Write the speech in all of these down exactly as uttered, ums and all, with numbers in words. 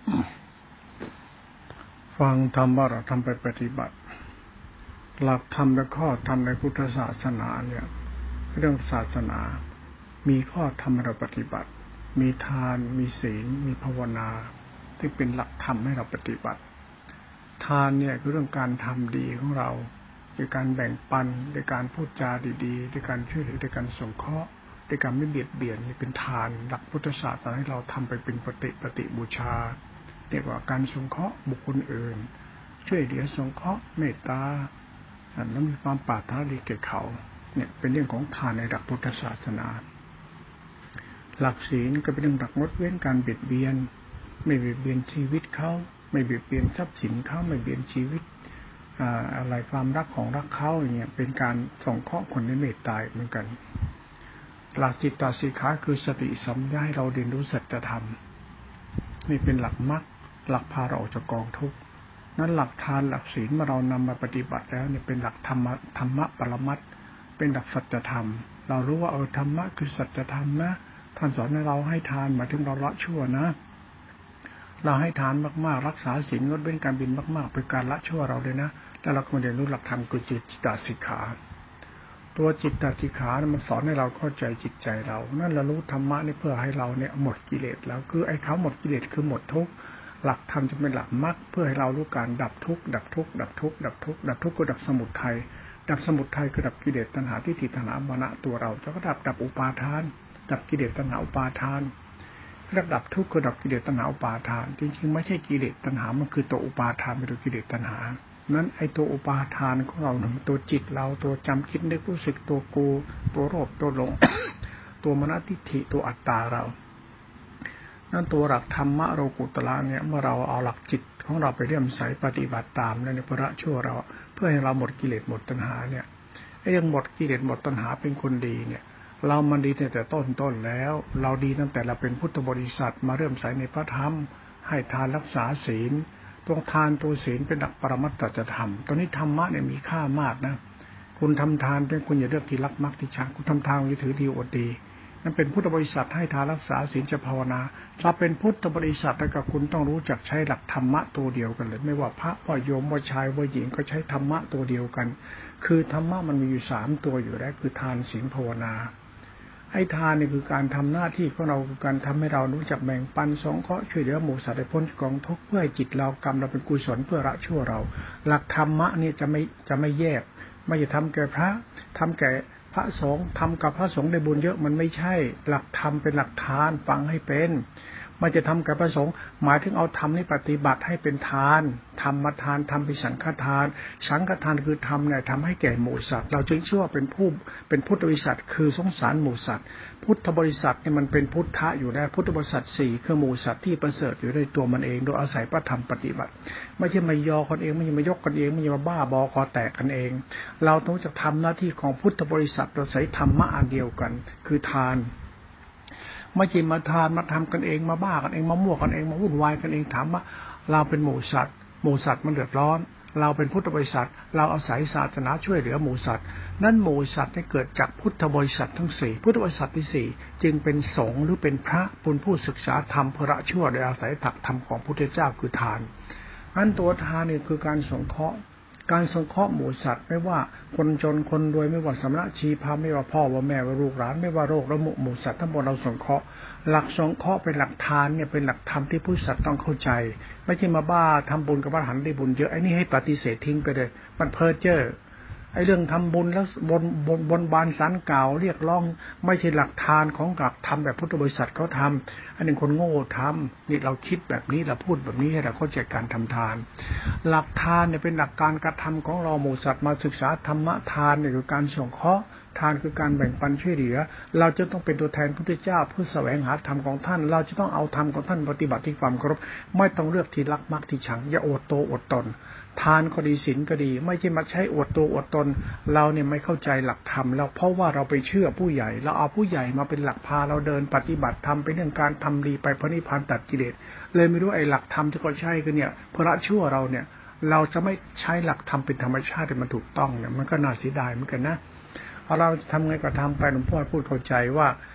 ฟังธรรมว่าเราทำไปปฏิบัติหลักธรรมและข้อธรรมในพุทธศาสนาเนี่ยเรื่องศาสนามีข้อธรรมเราปฏิบัติมีทานมีศีลมีภาวนาที่เป็นหลักธรรมให้เราปฏิบัติทานเนี่ยคือเรื่องการทำดีของเราด้วยการแบ่งปันด้วยการพูดจาดีๆด้วยการช่วยเหลือด้วยการสงเคราะห์ด้วยการไม่เบียดเบียนนี่เป็นทานหลักพุทธศาสนาให้เราทำไปเป็นปฏิปฏิบูชาเรียกว่าการสงเคราะห์บุคคลอื่นช่วยเหลือสงเคราะห์เมตตาแล้วมีความปรารถนาดีแก่เขาเนี่ยเป็นเรื่องของทานในหลักพุทธศาสนาหลักศีลก็เป็นเรื่องหลักงดเว้นการเบียดเบียนไม่เบียดเบียนชีวิตเขาไม่เบียดเบียนทรัพย์สินเขาไม่เบียดชีวิตอะไรความรักของรักเขาอย่างเงี้ยเป็นการสงเคราะห์คนในเมตตาเหมือนกันหลักจิตตสิกขาคือสติสัมปชัญญะให้เราเรียนรู้สัจธรรมนี่เป็นหลักมรรคหลักพาเราออกจากกองทุกข์นั้นหลักทานหลักศีลเมื่อเรานำมาปฏิบัติแล้วเนี่ยเป็นหลักธรรมะธรรมะปรมัตถ์เป็นหลักสัจธรรมเรารู้ว่าเออธรรมะคือสัจธรรมนะท่านสอนให้เราให้ทานหมายถึงเราละชั่วนะเราให้ทานมากๆรักษาศีลงดเว้นการบินมากๆเป็นการละชั่วเราเลยนะแล้วเราควรเรียนรู้หลักธรรมคือจิตตสิกขาตัวจิตตสิกขามันสอนให้เราเข้าใจจิตใจเรานั่นเรารู้ธรรมะนี่เพื่อให้เราเนี่ยหมดกิเลสแล้วคือไอ้เขาหมดกิเลสคือหมดทุกข์หลักธรรมจะเป็นหลักมรรคเพื่อให้เรารู้การดับทุกข์ดับทุกข์ดับทุกข์ดับทุกข์ดับทุกข์ก็ดับสมุทัยดับสมุทัยคือดับกิเลสตัณหาทิฏฐิตัณหามานะตัวเราจะก็ดับดับอุปาทานดับกิเลสตัณหาอุปาทานระดับทุกข์คือดับกิเลสตัณหาอุปาทานจริงๆไม่ใช่กิเลสตัณหามันคือตัวอุปาทานเป็นตัวกิเลสตัณหานั้นไอ้ตัวอุปาทานของเราหนึ่งตัวจิตเราตัวจำคิดนึกรู้สึกตัวกูตัวโลภตัวหลง ตัวมนทิฏฐิตัวอัตตาเรานั่นตัวหลักธรรมะโลกุตระเนี่ยเมื่อเราเอาหลักจิตของเราไปเลื่อมใสปฏิบัติตามแล้วในพระชั่วเราเพื่อให้เราหมดกิเลสหมดตัณหาเนี่ยไอ้ยังหมดกิเลสหมดตัณหาเป็นคนดีเนี่ยเรามันดีตั้งแต่ต้นต้นแล้วเราดีตั้งแต่เราเป็นพุทธบริษัทมาเริ่มใส่ในพระธรรมให้ทานรักษาศีลตัวทานตัวศีลเป็นหลักปรมัตถธรรมตอนนี้ธรรมะเนี่ยมีค่ามากนะคุณทำทานเป็นคุณอย่าเลือกที่รักมักที่ชังคุณทำทานอย่าถือดีอดดีนั่นเป็นพุทธบริษัทให้ทานรักษาศีลจะภาวนาถ้าเป็นพุทธบริษัทแล้วก็คุณต้องรู้จักใช้หลักธรรมะตัวเดียวกันเลยไม่ว่าพระว่าโยมว่าชายว่าหญิงก็ใช้ธรรมะตัวเดียวกันคือธรรมะมันมีอยู่สามตัวอยู่แล้วคือทานศีลภาวนาให้ทานนี่คือการทำหน้าที่ของเราคือการทำให้เรารู้จักแบ่งปันสงเคราะห์ช่วยเหลือหมู่สัตว์ให้พ้นจากกองทุกข์เพื่อให้จิตเรากรรมเราเป็นกุศลเพื่อละชั่วเราหลักธรรมะนี่จะไม่จะไม่แยกไม่จะทำแก่พระทำแก่พระสงฆ์ทำกับพระสงฆ์ได้บุญเยอะมันไม่ใช่หลักธรรมเป็นหลักทานฟังให้เป็นไม่จะทำกับพระสงฆ์หมายถึงเอาธรรมนี้ปฏิบัติให้เป็นทานธรรมทานทำเป็นสังฆทานสังฆทานคือธรรมเนี่ยทำให้แก่หมู่สัตว์เราจึงเชื่อว่าเป็นผู้เป็นพุทธบริษัทคือสงสารหมู่สัตว์พุทธบริษัทเนี่ยมันเป็นพุทธะอยู่แล้วพุทธบริษัทสี่คือหมู่สัตว์ที่ประเสริฐอยู่ในตัวมันเองโดยอาศัยพระธรรมปฏิบัติไม่ใช่มายอกันเองไม่ใช่มายกกันเองไม่ใช่มาบ้าบอคอแตกกันเองเราต้องจะทำหน้าที่ของพุทธบริษัทโดยใช้ธรรมะอันเดียวกันคือทานไม่ใช่มาทานมาทำกันเองมาบ้ากันเองมามั่วกันเองมาวุ่นวายกันเองถามว่าเราเป็นหมู่สัตว์หมู่สัตว์มันเดือดร้อนเราเป็นพุทธบริษัทเราอาศัยศาสนาช่วยเหลือหมู่สัตว์นั้นหมู่สัตว์ได้เกิดจากพุทธบริษัททั้งสี่พุทธบริษัทที่สี่จึงเป็นสงฆ์หรือเป็นพระเป็นผู้ศึกษาธรรมพระชั่วโดยอาศัยหลักธรรมของพุทธเจ้าคือทานนั้นตัวทานนี่คือการสงเคราะห์การสงเคราะห์หมู่สัตว์ไม่ว่าคนจนคนรวยไม่ว่าสมณะชีพราหมณ์ไม่ว่าพ่อว่าแม่ว่าลูกหลานไม่ว่าโรคและหมู่สัตว์ทั้งหมดเราสงเคราะห์หลักสงเคราะห์เป็นหลักทานเนี่ยเป็นหลักธรรมที่ผู้สัตว์ต้องเข้าใจไม่ใช่มาบ้าทำบุญกับพระหันได้บุญเยอะไอ้นี่ให้ปฏิเสธทิ้งไปเลยมันเพ้อเจ้อไอ้เรื่องทำบุญแล้วบนบนบนบานสันกล่าวเรียกร้องไม่ใช่หลักทานของหลักธรรมแบบพุทธบริษัทเขาทำอันหนึ่งคนโง่ทำนี่เราคิดแบบนี้เราพูดแบบนี้ให้เราเข้าใจการทำทานหลักทานเนี่ยเป็นหลักการกระทำของเราหมู่สัตว์มาศึกษาธรรมะทานเนี่ยคือการสงเคราะห์ทานคือการแบ่งปันช่วยเหลือเราจะต้องเป็นตัวแทนพระพุทธเจ้าเพื่อแสวงหาธรรมของท่านเราจะต้องเอาธรรมของท่านปฏิบัติที่ความเคารพไม่ต้องเลือกที่รักมักที่ชังอย่าอวดโตอวดตนทานก็ดีศีลก็ดีไม่ใช่มาใช้อวดตัวอวดตนเราเนี่ยไม่เข้าใจหลักธรรมแล้วเพราะว่าเราไปเชื่อผู้ใหญ่เราเอาผู้ใหญ่มาเป็นหลักพาเราเดินปฏิบัติธรรมเป็นเรื่องการทำดีไปพระนิพพานตัดกิเลสเลยไม่รู้ไอ้หลักธรรมที่เขาใช้กันเนี่ยพระชั่วเราเนี่ยเราจะไม่ใช้หลักธรรมเป็นธรรมชาติที่มันถูกต้องเนี่ยมันก็น่าเสียดายเหมือนกันนะพอเราทำไงก็ทำไปหลวงพ่อพูดเข้าใจว่า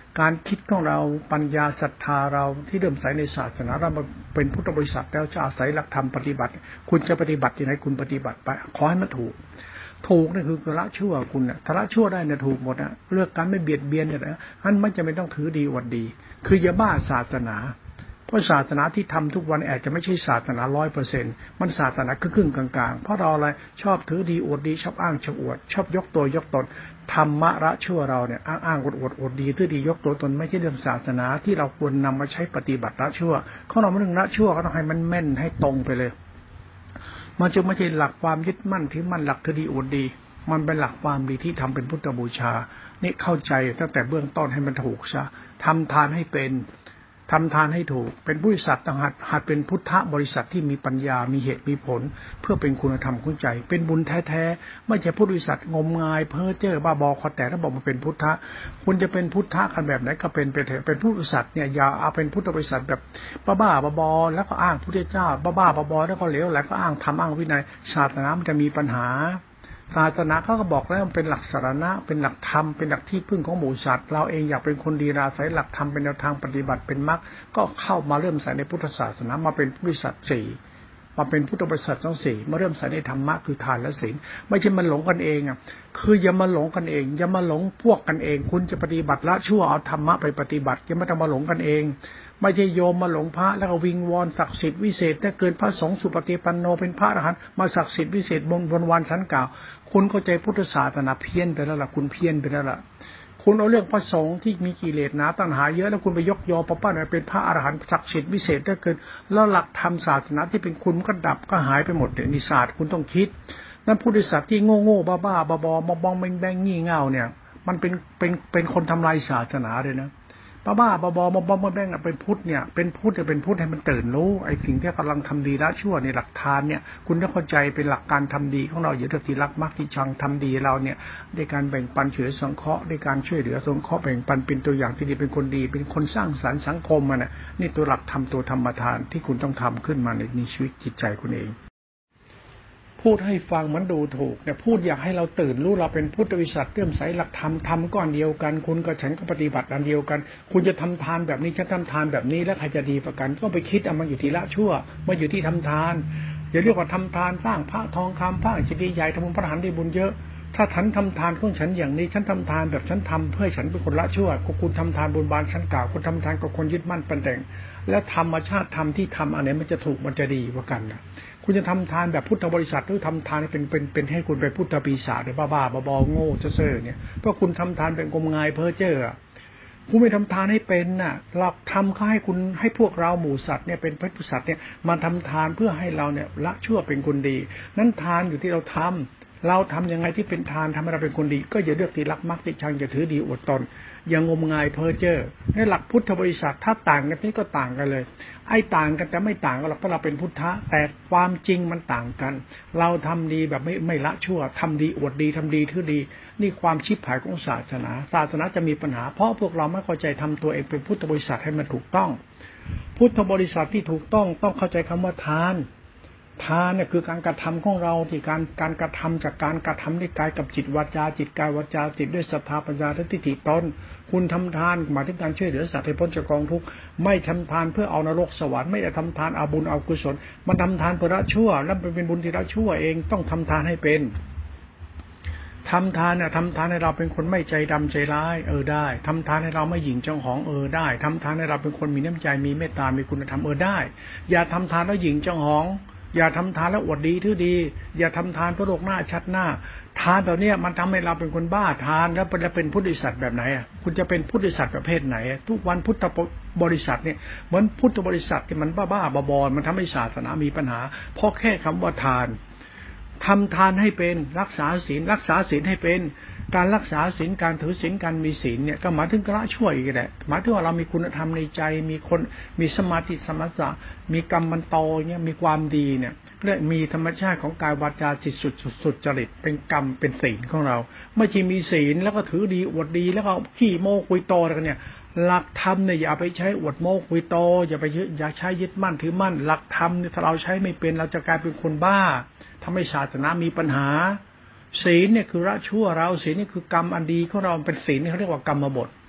การคิดของเราปัญญาศรัทธาเราที่เริ่มใส่ในศาสนาเราเป็นพุทธบริษัทแล้วจะอาศัยหลักธรรมปฏิบัติคุณจะปฏิบัติยังไงคุณปฏิบัติไปขอให้มันถูกถูกนี่คือละชั่วคุณน่ะถ้าละชั่วได้เนี่ยถูกหมดนะเลือกการไม่เบียดเบียนเนี่ยนะอันไม่จำเป็นต้องถือดีอวดดีคืออย่าบ้าศาสนาเพราะศาสนาที่ทำทุกวันอาจจะไม่ใช่ศาสนาร้อยเปอร์เซ็นต์มันศาสนาครึ่งๆกลางๆเพราะเราอะไรชอบถือดีอวดดีชอบอ้างชอบอวดชอบยกตัวยกตนธรรมะละชั่วเราเนี่ยอ้างอ้างอวดอวดอวดดีถือดียกตัวตนไม่ใช่เรื่องศาสนาที่เราควรนำมาใช้ปฏิบัติละชั่วเขาเราไม่เรื่องละชั่วก็ต้องให้มันแม่นให้ตรงไปเลยมันจะไม่ใช่หลักความยึดมั่นถือมั่นหลักถือดีอวดดีมันเป็นหลักความดีที่ทำเป็นพุทธบูชานี่เข้าใจตั้งแต่เบื้องต้นให้มันถูกซะทำทานให้เป็นทำทานให้ถูกเป็นบริษัทต่างหากหัดเป็นพุทธบริษัทที่มีปัญญามีเหตุมีผลเพื่อเป็นคุณธรรมของใจเป็นบุญแท้ๆไม่ใช่พุทธบริษัทงมงายเพ้อเจ้อบ้าบอคอแตกแล้วบอกมาเป็นพุทธะคุณจะเป็นพุทธะกันแบบไหนก็เป็นไปเถอะเป็นพุทธบริษัทเนี่ยอย่าเอาเป็นพุทธบริษัทแบบบ้าๆบอๆแล้วก็อ้างพุทธเจ้าบ้าๆบอๆแล้วก็เหลวไหลก็อ้างทำอ้างวินัยศาสนามันจะมีปัญหาศาสนาเขาก็บอกแล้วมันเป็นหลักสารณะเป็นหลักธรรมเป็นหลักที่พึ่งของหมู่สัตว์เราเองอยากเป็นคนดีอาศัยหลักธรรมเป็นแนวทางปฏิบัติเป็นมรรคก็เข้ามาเริ่มใส่ในพุทธศาสนามาเป็นบริษัทสี่มาเป็นพุทธบริษัททั้งสี่มาเริ่มใส่ในธรรมะคือทานและศีลไม่ใช่มันหลงกันเองอ่ะคืออย่ามาหลงกันเองอย่ามาหลงพวกกันเองคุณจะปฏิบัติละชั่วเอาธรรมะไปปฏิบัติอย่ามาทำมาหลงกันเองไม่ใช่โยมมาหลงพระแล้วก็วิงวอนศักดิ์สิทธิ์วิเศษถ้าเกินพระสงฆ์สุปฏิปันโนเป็นพระอรหันต์มาศักดิ์สิทธิ์วิเศษบนบนวันชั้นกล่าวคุณเข้าใจพุทธศาสนาเพี้ยนไปแล้วล่ะคุณเพี้ยนไปแล้วล่ะคุณเอาเรื่องพระสงฆ์ที่มีกิเลสหนาตัณหาเยอะแล้วคุณไปยกยอป้าๆเป็นพระอรหันต์ศักดิ์สิทธิ์วิเศษถ้าเกินแล้วหลักธรรมศาสนาที่เป็นคุณก็ดับก็หายไปหมดเนี่ยนิศาสตร์คุณต้องคิดนั่นพุทธศาสนาที่โง่ๆบ้าๆบอๆมาบองแบงๆงี่เง่าเนี่ยมันเป็นเป็นเป็นคนทำลายศาสนาเลยนะบ้าๆบอๆมาบองมาแบงเป็นพุทธเนี่ยเป็นพุทธเนี่ยเป็นพุทธให้มันตื่นรู้ไอ้สิ่งที่กำลังทำดีละชั่วในหลักทานเนี่ยคุณต้องเข้าใจเป็นหลักการทำดีของเราอย่าเลือกที่รักมักที่ชังทำดีเราเนี่ยในการแบ่งปันช่วยเหลือสงเคราะห์ในการช่วยเหลือสงเคราะห์แบ่งปันเป็นตัวอย่างที่ดีเป็นคนดีเป็นคนสร้างสรรค์สังคมมันน่ะนี่ตัวหลักทำตัวธรรมทานที่คุณต้องทำขึ้นมาในชีวิตจิตใจคุณเองพูดให้ฟังมันดูถูกเนี่ยพูดอยากให้เราตื่นรู้เราเป็นพุทธบริษัทเลื่อมใสหลักธรรมทำก้อนเดียวกันคุณกับฉันก็ปฏิบัติอันเดียวกันคุณจะทำทานแบบนี้ฉันทำทานแบบนี้แล้วใครจะดีประกันก็ไปคิดเอามันอยู่ที่ละชั่วมาอยู่ที่ทำทานอย่าเรียกว่าทำทานสร้างพระทองคำพระเจดีย์ใหญ่ทำบุญพระอรหันต์ได้บุญเยอะถ้าฉันทำทานของฉันอย่างนี้ฉันทำทานแบบฉันทำเพื่อฉันเป็นคนละชั่วคุณทำทานบุญบานฉันกล่าวคุณทำทานกับคนยึดมั่นเป็นแต่งแล้วธรรมชาติธรรมที่ทำอันไหนมันจะถูกมันจะดีกว่ากันนะคุณจะทำทานแบบพุทธบริษัทหรือทำทานเป็นเป็นเป็นให้คุณไปพุทธปีศาจหรือบ้าๆบอๆโง่เซ่อๆเนี่ยเพราะคุณทำทานเป็นงมงายเพ้อเจ้อคุณไม่ทำทานให้เป็นน่ะหลักธรรมเขาให้คุณให้พวกเราหมู่สัตว์เนี่ยเป็นพุทธสัตว์เนี่ยมาทำทานเพื่อให้เราเนี่ยละชั่วเป็นคนดีนั้นทานอยู่ที่เราทำเราทำยังไงที่เป็นทานทำให้เราเป็นคนดีก็อย่าเลือกที่รักมักที่ชังอย่าถือดีอวดตนอย่างงมงายเพ้อเจ้อในหลักพุทธบริษัทถ้าต่างกันนี่ก็ต่างกันเลยไอ้ต่างกันแต่ไม่ต่างกันหรอกเพราะเราเป็นพุทธะแต่ความจริงมันต่างกันเราทำดีแบบไม่ไม่ละชั่วทำดีอวดดีทำดีถือดีนี่ความชิบหายของศาสนาศาสนาจะมีปัญหาเพราะพวกเราไม่เข้าใจทำตัวเองเป็นพุทธบริษัทให้มันถูกต้องพุทธบริษัทที่ถูกต้องต้องเข้าใจคำว่าทานทานเนี่ยคือการกระทำของเราที่การการกระทำจากการกระทำด้วยกายกับจิตวาจาจิตกายวาจาจิตด้วยศรัทธาปัญญาและทิฏฐิตนคุณทำทานหมายถึงการช่วยเหลือสัตว์ให้พ้นจากกองทุกข์ไม่ทำทานเพื่อเอานรกสวรรค์ไม่ได้ทำทานเอาบุญเอากุศลมันทำทานเพื่อละชั่วแล้วเป็นบุญที่ละชั่วเองต้องทำทานให้เป็นทำทานเนี่ยทำทานให้เราเป็นคนไม่ใจดำใจร้ายเออได้ทำทานให้เราไม่หยิ่งจองหองเออได้ทำทานให้เราเป็นคนมีน้ำใจมีเมตตามีคุณธรรมเออได้อย่าทำทานแล้วหยิ่งจองหองอย่าทำทานแล้วอวดดีทื่อดีอย่าทำทานเพื่อโลกหน้าชัดหน้าทานแบบนี้มันทำให้เราเป็นคนบ้าทานแล้วจะเป็นพุทธบริษัทแบบไหนอ่ะคุณจะเป็นพุทธบริษัทประเภทไหนทุกวันพุทธบริษัทเนี่ยเหมือนพุทธบริษัทที่มันบ้าๆบอๆมันทำให้ศาสนามีปัญหาเพราะแค่คำว่าทานทำทานให้เป็นรักษาศีลรักษาศีลให้เป็นการรักษาศีลการถือศีลการมีศีลเนี่ยก็หมายถึงละชั่วอีกแหละหมายถึงว่าเรามีคุณธรรมในใจมีคนมีสมาธิสมัสสะมีกรรมมันโตเนี่ยมีความดีเนี่ยและมีธรรมชาติของกายวาจาจิตสุดสุดจริตเป็นกรรมเป็นศีลของเราไม่ใช่มีศีลแล้วก็ถือดีอวดดีแล้วก็ขี้โม้คุยโตอะไรกันเนี่ยหลักธรรมเนี่ยอย่าไปใช้อวดโม้คุยโตอย่าไปยึดอย่าใช้ยึดมั่นถือมั่นหลักธรรมเนี่ยถ้าเราใช้ไม่เป็นเราจะกลายเป็นคนบ้าทำให้ศาสนามีปัญหาศีลเนี่ยคือละชั่วเราศีลนี่คือกรรมอันดีของเราเป็นศีลนี่เขาเรียกว่ากรรมบท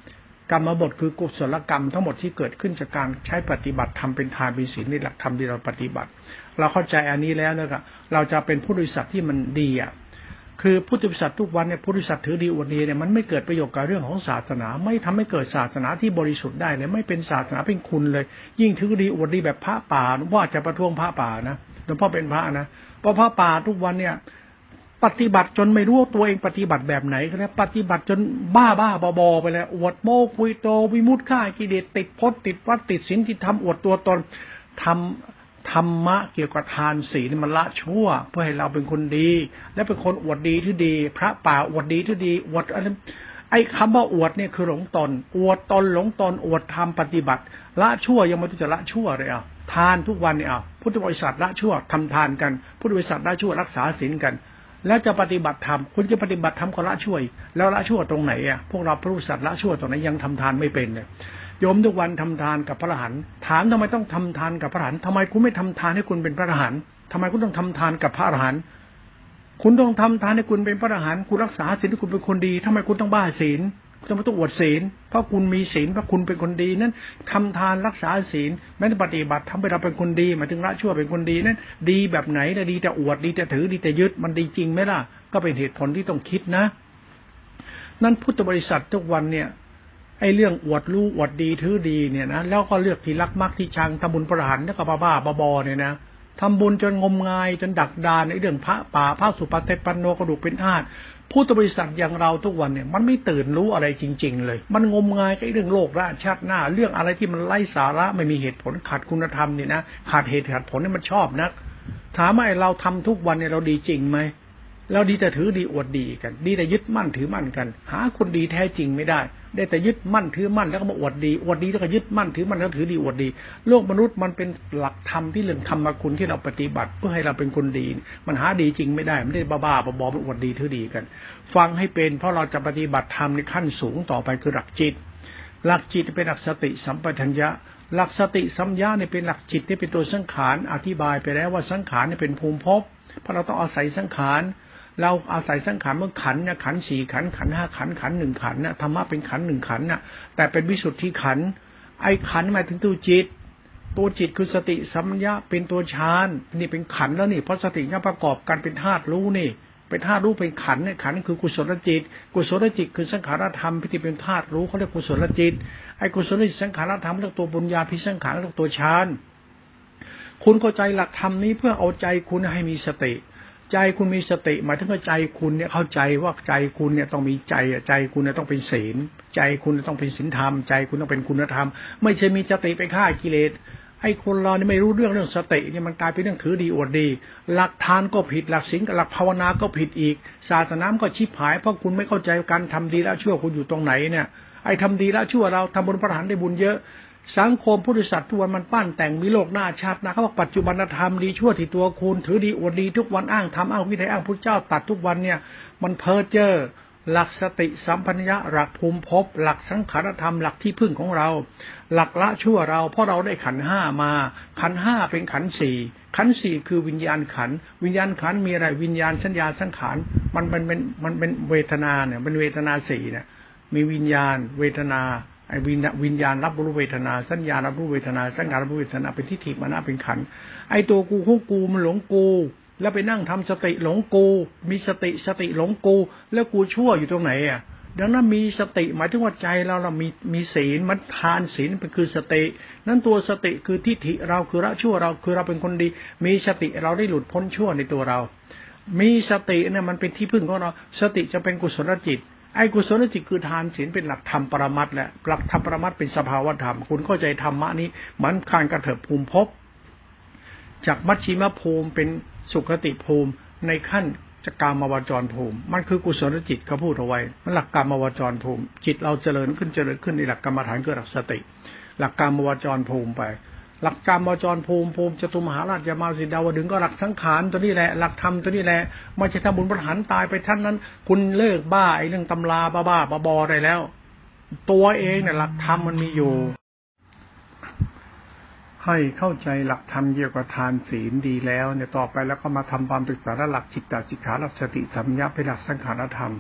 กรรมบทคือกุศลกรรมทั้งหมดที่เกิดขึ้นจากการใช้ปฏิบัติทำเป็นทานเป็นศีลในหลักธรรมที่เราปฏิบัติเราเข้าใจอันนี้แล้วนะครับเราจะเป็นผู้บริษัทที่มันดีอ่ะคือพุทธบริษัททุกวันเนี่ยพุทธบริษัทถือดีอวดดีเนี่ยมันไม่เกิดประโยชน์กับเรื่องของศาสนาไม่ทำให้เกิดศาสนาที่บริสุทธิ์ได้เลยไม่เป็นศาสนาเป็นคุณเลยยิ่งถือดีอวดดีแบบพระป่าหลวงพ่อจะประท้วงพระป่านะหลวงพ่อเป็นพระนะเพราะพระป่าทุกวันเนี่ยปฏิบัติจนไม่รู้ตัวเองปฏิบัติแบบไหนก็แล้วปฏิบัติจนบ้าบ้าบอๆไปแล้วอวดโม้คุยโตวิมุตติฆ่ากิเลสติดพจน์ติดวัดติดศีลที่ทำอวดตัวตนทำธรรมะเกี่ยวกับทานศีลมันละชั่วเพื่อให้เราเป็นคนดีและเป็นคนอวดดีที่ดีพระป่าอวดดีที่ดีอวดอะไรไอ้คำว่าอวดเนี่ยคือหลงตนอวดตนหลงตนอวดธรรมปฏิบัติละชั่วยังไม่รู้จะละชั่วเลยอ่ะทานทุกวันเนี่ยอ่ะพุทธบริษัทละชั่วทำทานกันพุทธบริษัทละชั่วรักษาศีลกันแล้วจะปฏิบัติธรรมคุณจะปฏิบัติธรรมก็ละชั่วแล้วละชั่วตรงไหนอ่ะพวกเราพุทธบริษัทละชั่วตรงไหนยังทำทานไม่เป็นเลยโยมทุกวันทำทานกับพระอรหันต์ถามทำไมต้องทำทานกับพระอรหันต์ทำไมคุณไม่ทำทานให้คุณเป็นพระอรหันต์ทำไมคุณต้องทำทานกับพระอรหันต์คุณต้องทำทานให้คุณเป็นพระอรหันต์คุณรักษาศีลให้คุณเป็นคนดีทำไมคุณต้องบ้าศีลทำไมต้องอวดศีลเพราะคุณมีศีลเพราะคุณเป็นคนดีนั้นทำทานรักษาศีลแม้แต่ปฏิบัติทำให้เราเป็นคนดีหมายถึงละชั่วเป็นคนดีนั้นดีแบบไหนแต่ดีแต่อวดดีแต่ถือดีแต่ยึดมันดีจริงไหมล่ะก็เป็นเหตุผลที่ต้องคิดนะนั่นพุทธบริษัททุกวันเนี่ยไอ้เรื่องอวดรู้อวดดีถือดีเนี่ยนะแล้วก็เลือกที่รักมักที่ชังทำบุญประหารแล้วก็บ้าบ้าบอเนี่ยนะทำบุญจนงมงายจนดักดานในเรื่องพระป่าพระสุปฏิปันโนกระดูกเป็นธาตุพุทธบริษัทอย่างเราทุกวันเนี่ยมันไม่ตื่นรู้อะไรจริงๆเลยมันงมงายกับเรื่องโลกราชาติหน้าเรื่องอะไรที่มันไร้สาระไม่มีเหตุผลขาดคุณธรรมเนี่ยนะขาดเหตุขาดผลนี่มันชอบนักถามว่าเราทำทุกวันเนี่ยเราดีจริงไหมเราดีแต่ถือดีอวดดีกันดีแต่ยึดมั่นถือมั่นกันหาคนดีแท้จริงไม่ได้ได้แต่ยึดมั่นถือมั่นแล้วก็มาอวดดีอวดดีแล้วก็ยึดมั่นถือมั่นแล้วถือดีอวดดีโลกมนุษย์มันเป็นหลักธรรมที่เรื่องธรรมคุณที่เราปฏิบัติเพื่อให้เราเป็นคนดีมันหาดีจริงไม่ได้ไม่ได้บ้าๆบอๆมันอวดดีถือดีกันฟังให้เป็นเพราะเราจะปฏิบัติธรรมในขั้นสูงต่อไปคือหลักจิตหลักจิตเป็นหลักสติสัมปชัญญะหลักสติสัมยาเนี่ยเป็นหลักจิตที่เป็นตัวสังขารอธิบายไปแล้วว่าสังขารเนี่ยเป็นภูมิภพเพราะเราต้องอาศัยสังขารเราอาศัยสังขารเมื่อขันเนี่ยขันสี่ขันขันห้าขันขันหนึ่งขันน่ะธรรมะเป็นขันหนึ่งขันน่ะแต่เป็นวิสุทธิขันไอ้ขันหมายถึงตัวจิตตัวจิตคือสติสัมยาเป็นตัวฌานนี่เป็นขันแล้วนี่เพราะสติเนี่ยประกอบกันเป็นธาตุรู้นี่เป็นธาตุรู้เป็นขันเนี่ยขันคือกุศลจิตกุศลจิตคือสังขารธรรมที่เป็นธาตุรู้เขาเรียกกุศลจิตไอ้กุศลจิตสังขารธรรมเรียกตัวบุญญาภิสังขารเรียกตัวฌานคุณเข้าใจหลักธรรมนี้เพื่อเอาใจคุณให้มีสติใจคุณมีสติหมายถึงว่าใจคุณเนี่ยเข้าใจว่าใจคุณเนี่ยต้องมีใจใจคุณเนี่ยต้องเป็นศีลใจคุณต้องเป็นศีลธรรมใจคุณต้องเป็นคุณธรรมไม่ใช่มีสติไปฆ่ากิเลสไอ้คนเราเนี่ยไม่รู้เรื่องเรื่องสติเนี่ยมันกลายเป็นเรื่องถือดีอวดดีหลักทานก็ผิดหลักศีลกับหลักภาวนาก็ผิดอีกศาสนาก็ชิบหายเพราะคุณไม่เข้าใจการทำดีแล้วชั่วคุณอยู่ตรงไหนเนี่ยไอ้ทำดีแล้วชั่วเราทำบุญประหารได้บุญเยอะสังคมพุทธศาสนาทุกวันมันปั้นแต่งมีโลกหน้าชาตินะเขาบอกปัจจุบันธรรมดีชั่วที่ตัวคุณถือดีอวดดีทุกวันอ้างธรรมอ้างวินัยอ้างพุทธเจ้าตัดทุกวันเนี่ยมันเพ้อเจ้อหลักสติสัมปชัญญะหลักภูมิภพหลักสังขารธรรมหลักที่พึ่งของเราหลักละชั่วเราเพราะเราได้ขันธ์ห้ามาขันธ์ห้าเป็นขันธ์สี่ขันธ์สี่คือวิญญาณขันธ์วิญญาณขันธ์มีอะไรวิญญาณสัญญาสังขารมันเป็นมันมันเป็นเวทนาเนี่ยเป็นเวทนาสี่เนี่ยมีวิญญาณเวทนาไอ้วิญญาณรับรู้เวทนาสัญญารับรู้เวทนาสัญญารับรู้เวทนาเป็นทิฏฐิมานะเป็นขันธ์ไอ้ตัวกูของกูมันหลงกูแล้วไปนั่งทำสติหลงกูมีสติสติหลงกูแล้วกูชั่วอยู่ตรงไหนอ่ะดังนั้นมีสติหมายถึงว่าใจเราเรามีมีศีลมันทานศีลเป็นคือสตินั้นตัวสติคือทิฏฐิเราคือละชั่วเราคือเราเป็นคนดีมีสติเราได้หลุดพ้นชั่วในตัวเรามีสติเนี่ยมันเป็นที่พึ่งของเราสติจะเป็นกุศลจิตไอ้กุศลจิตคือทานศีลเป็นหลักธรรมปรมัตถ์แหละหลักธรรมปรมัตถ์เป็นสภาวธรรมคุณเข้าใจธรรมะนี้เหมือนการกระเถิบภูมิภพจากมัชชิมภูมิเป็นสุขติภูมิในขั้นจักามาวจรภูมิมันคือกุศลจิตเขาพูดเอาไว้มันหลักกามาวจรภูมิจิตเราเจริญขึ้นเจริญขึ้นในหลักกรรมฐานคือหลักสติหลักกามาวจรภูมิไปหลักกามาวจรภูมิภูมิจตุมหาราชยามาสิดาวดึงก็หลักสังขารตัวนี้แหละหลักธรรมตัวนี้แหละไม่ใช่ทำบุญประหารตายไปท่านนั้นคุณเลิกบ้าไอ้เรื่องตำราบ้าๆบอๆได้แล้วตัวเองเนี่ยหลักธรรมมันมีอยู่ให้เข้าใจหลักธรรมเกี่ยวกับทานศีลดีแล้วเนี่ยต่อไปแล้วก็มาทำความศึกษาหลักจิตตสิกขาหลักสติสัมยาเป็นหลักสังขารธรรม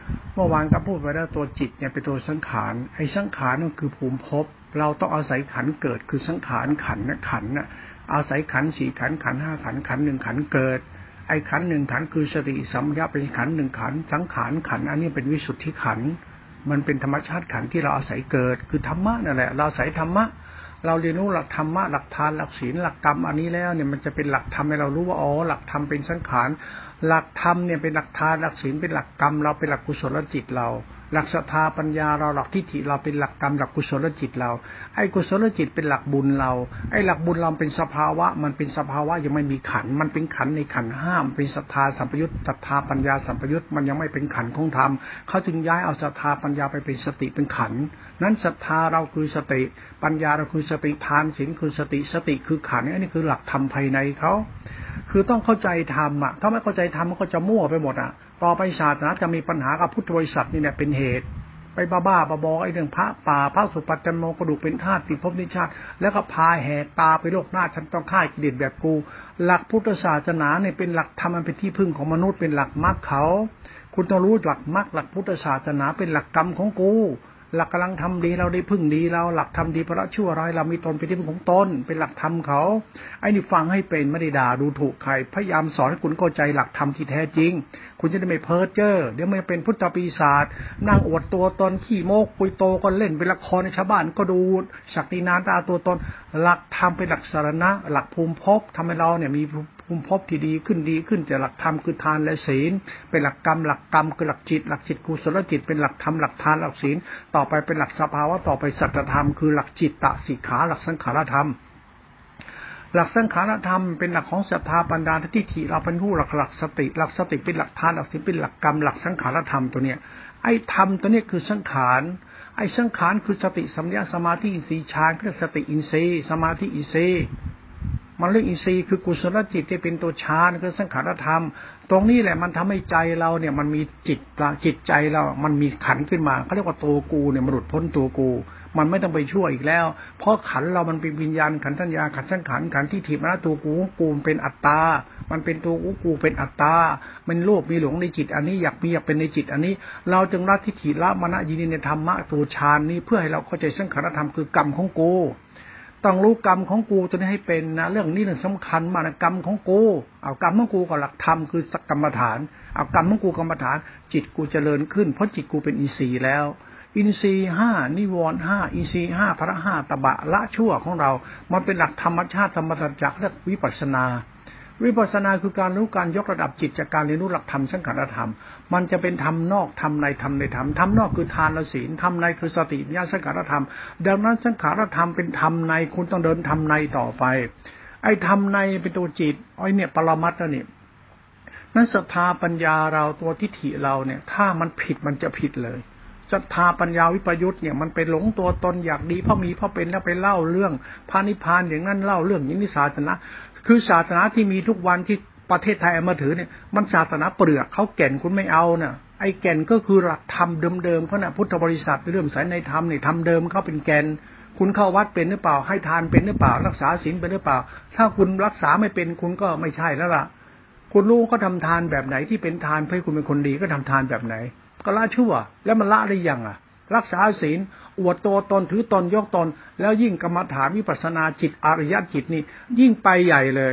เมื่อวานก็พูดไปแล้วตัวจิตเนี่ยเป็นตัวสังขารไอ้สังขารนั่นคือภูมิภพเราต้องอาศัยขันเกิดคือสังขารขันนะขันนะอาศัยขันสี่ขันขันห้าขันขันหนึ่งขันเกิดไอ้ขันหนึ่งขันคือสติสัมปชัญญะเป็นขันหนึ่งขันสังขารขันอันนี้เป็นวิสุทธิขันมันเป็นธรรมชาติขันที่เราอาศัยเกิดคือธรรมะนั่นแหละเราอาศัยธรรมะเราเรียนรู้หลักธรรมะหลักทานหลักศีลหลักกรรมอันนี้แล้วเนี่ยมันจะเป็นหลักธรรมให้เรารู้ว่าอ๋อหลักธรรมเป็นสังขารหลักธรรมเนี่ยเป็นหลักทานหลักศีลเป็นหลักกรรมเราเป็นหลักกุศลจิตเราหลักศรัทธาปัญญาเราหลักทิฏฐิเราเป็นหลักกรรมหลักกุศลจิตเราไอ้กุศลจิตเป็นหลักบุญเราไอ้หลักบุญเราเป็นสภาวะมันเป็นสภาวะยังไม่มีขันมันเป็นขันในขันห้ามเป็นศรัทธาสัมปยุตศรัทธาปัญญาสัมปยุตมันยังไม่เป็นขันของธรรมเขาจึงย้ายเอาศรัทธาปัญญาไปเป็นสติเป็นขันนั้นศรัทธาเราคือสติปัญญาเราคือสติทานศีลคือสติสติคือขันอันนี้คือหลักธรรมภายในเขาคือต้องเข้าใจธรรมอ่ะถ้าไม่เข้าใจธรรมมันก็จะมั่วไปหมดอ่ะต่อไปศาสนาจะมีปัญหากับพุทธบริษัทนี่เนี่ยเป็นเหตุไปบ้าๆบอๆไอ้เรื่องพระป่าพระสุปฏิโมกระดูกเป็นธาตุติดภพนิชาติแล้วก็พาแห่ตาไปโลกหน้าฉันต้องฆ่ากิเลสแบบกูหลักพุทธศาสนาเนี่ยเป็นหลักธรรมมันเป็นที่พึ่งของมนุษย์เป็นหลักมรรคเขาคุณต้องรู้หลักมรรคหลักพุทธศาสนาเป็นหลักกรรมของกูหลักกำลังทำดีเราได้พึ่งดีเราหลักทำดีพระชั่วร้ายเรามีตนเป็นที่พึ่งของตนเป็นหลักธรรมเขาไอ้นี่ฟังให้เป็นไม่ได้ด่าดูถูกใครพยายามสอนให้คุณเข้าใจหลักธรรมที่แท้จริงคุณจะได้ไม่เพ้อเจ้อเดี๋ยวมันเป็นพุทธปีศาจนั่งอวดตัวตนขี้โมกปุยโตก็เล่นเป็นละครในชาวบ้านก็ดูศักดินาตาตัวตนหลักธรรมเป็นหลักสารณะหลักภูมิภพทำให้เราเนี่ยมีภูมิภพที่ดีขึ้นดีขึ้นแต่หลักธรรมคือทานและศีลเป็นหลักกรรมหลักกรรมคือหลักจิตหลักจิตกุศลจิตเป็นหลักธรรมหลักทานหลักศีลต่อไปเป็นหลักสภาวะต่อไปสัจธรรมคือหลักจิตตสิกขาหลักสังขารธรรมหลักสังขารธรรมเป็นหลักของศรัทธาปัญญาทิฏฐิเราเป็นผู้หลักหลักสติหลักสติเป็นหลักทานหลักศีลเป็นหลักกรรมหลักสังขารธรรมตัวเนี้ยไอ้ธรรมตัวเนี้ยคือสังขารไอ้สังขารคือสติสัมปชัญญะสมาธิอินทรีย์ฌานคือสติอินทรีย์สมาธิอินทรีย์มันเรื่องอินทรีย์คือกุศลจิตที่เป็นตัวฌานคือสังขารธรรมตรงนี้แหละมันทำให้ใจเราเนี่ยมันมีจิตจิตใจเรามันมีขันขึ้นมาเขาเรียกว่าตัวกูเนี่ยมันหลุดพ้นตัวกูมันไม่ต้องไปช่วยอีกแล้วเพราะขันเรามันเป็นวิญญาณขันธ์สัญญาขันธ์สังขารขันธ์ที่ถีบมาตัวกูกูเป็นอัตตามันเป็นตัวกูกูเป็นอัตตามันโลภมีหลงในจิตอันนี้อยากมีอยากเป็นในจิตอันนี้เราจึงละทิฏฐิละมรณะยินดีในธรรมะตัวฌานนี้เพื่อให้เราเข้าใจสังขารธรรมคือกรรมของกูต้องรู้กรรมของกูตัวนี้ให้เป็นนะเรื่องนี้เรื่องสำคัญมากนะกรรมของกูเอากรรมของกูกับหลักธรรมคือสักกรรมฐานเอากรรมของกูกรรมฐานจิตกูเจริญขึ้นเพราะจิตกูเป็นอินทรีย์แล้วอินทรีย์ห้านิวรณ์ห้าอินทรีย์ห้าพระห้าตบะละชั่วของเรามันเป็นหลักธรรมชาติธรรมสัจจะเรียกวิปัสสนาวิปัสสนาคือการรู้การยกระดับจิตจากการเรียนรู้หลักธรรมสังขารธรรมมันจะเป็นธรรมนอกธรรมในธรรมในธรรมธรรมนอกคือทานศีลธรรมในคือสติญาณสังขารธรรมดังนั้นสังขารธรรมเป็นธรรมในคุณต้องเดินธรรมในต่อไปไอ้ธรรมในเป็นตัวจิตไอ้เนี่ยปรมัตถ์นั่นนี่นั้นศรัทธาปัญญาเราตัวทิฏฐิเราเนี่ยถ้ามันผิดมันจะผิดเลยศรัทธาปัญญาวิปยุตเนี่ยมันไปหลงตัวตนอยากดีเพราะมีเพราะเป็นแล้วไปเล่าเรื่องพระนิพพานอย่างนั้นเล่าเรื่องอย่างนี้ศาสนาคือศาสนาที่มีทุกวันที่ประเทศไทยเอามาถือเนี่ยมันศาสนาเปลือกเขาแก่นคุณไม่เอาเนี่ยไอ้แก่นก็คือหลักธรรมเดิมๆเขาเนี่ยพุทธบริษัทเรื่องสายในธรรมเนี่ยธรรมเดิมเขาเป็นแก่นคุณเข้าวัดเป็นหรือเปล่าให้ทานเป็นหรือเปล่ารักษาศีลเป็นหรือเปล่าถ้าคุณรักษาไม่เป็นคุณก็ไม่ใช่แล้วล่ะคุณรู้ก็ทำทานแบบไหนที่เป็นทานเพื่อคุณเป็นคนดีก็ทำทานแบบไหนก็ละชั่วแล้วมันละได้ยังอ่ะรักษาศีลอวดตัวตนถือตนยกตนแล้วยิ่งกรรมฐานวิปัสสนาจิตอริยจิตนี่ยิ่งไปใหญ่เลย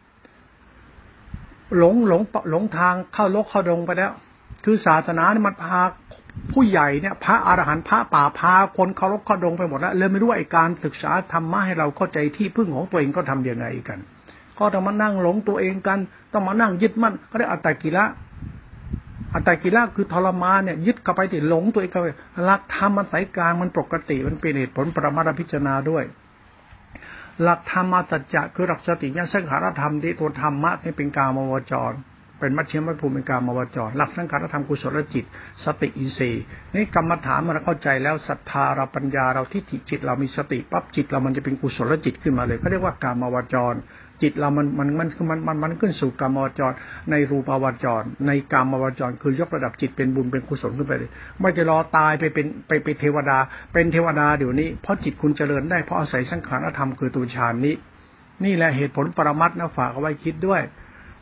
หลงหลงหลงทางเข้าลกเข้าดงไปแล้วคือศาสนาเนี่ยมันพาผู้ใหญ่เนี่ยพระอรหันต์พระป่าพาคนเข้าลกเข้าดงไปหมดแล้วเลยไม่รู้ไอ้การศึกษาธรรมะให้เราเข้าใจที่พึ่งของตัวเองก็ทำยังไงกันก็ต้องมานั่งหลงตัวเองกันต้องมานั่งยึดมั่นก็ได้อัตตกิละอัตตกิละคือทรมานเนี่ยยึดเข้าไปที่หลงตัวเองเข้าไปหลักธรรมมันสายกลางมันปกติมันเป็นเหตุผลปรมัตถพิจารณาด้วยหลักธรรมสัจจะคือหลักสติญาณสังขารธรรมที่ตัวธรรมะที่เป็นกามวจรเป็นมัชฌิมภูมิเป็นกามวจรหลักสังขารธรรมกุศลจิตสติอินทรีย์นี่กรรมฐานมันเข้าใจแล้วศรัทธาเราปัญญาเราทิฏฐิจิตเรามีสติปั๊บจิตเรามันจะเป็นกุศลจิตขึ้นมาเลยเขาเรียกว่ากามวจรจิตเรามันมันมันมันมันมันขึ้นสู่กามวจรในรูปวจรในกามวจรคือยกระดับจิตเป็นบุญเป็นกุศลขึ้นไปเลยไม่จะรอตายไปเป็นไปเป็นเทวดาเป็นเทวดาเดี๋ยวนี้เพราะจิตคุณเจริญได้เพราะอาศัยสังขารธรรมคือตัวฌานนี้นี่แหละเหตุผลปรมัตถ์นะฝากเอาไว้คิดด้วย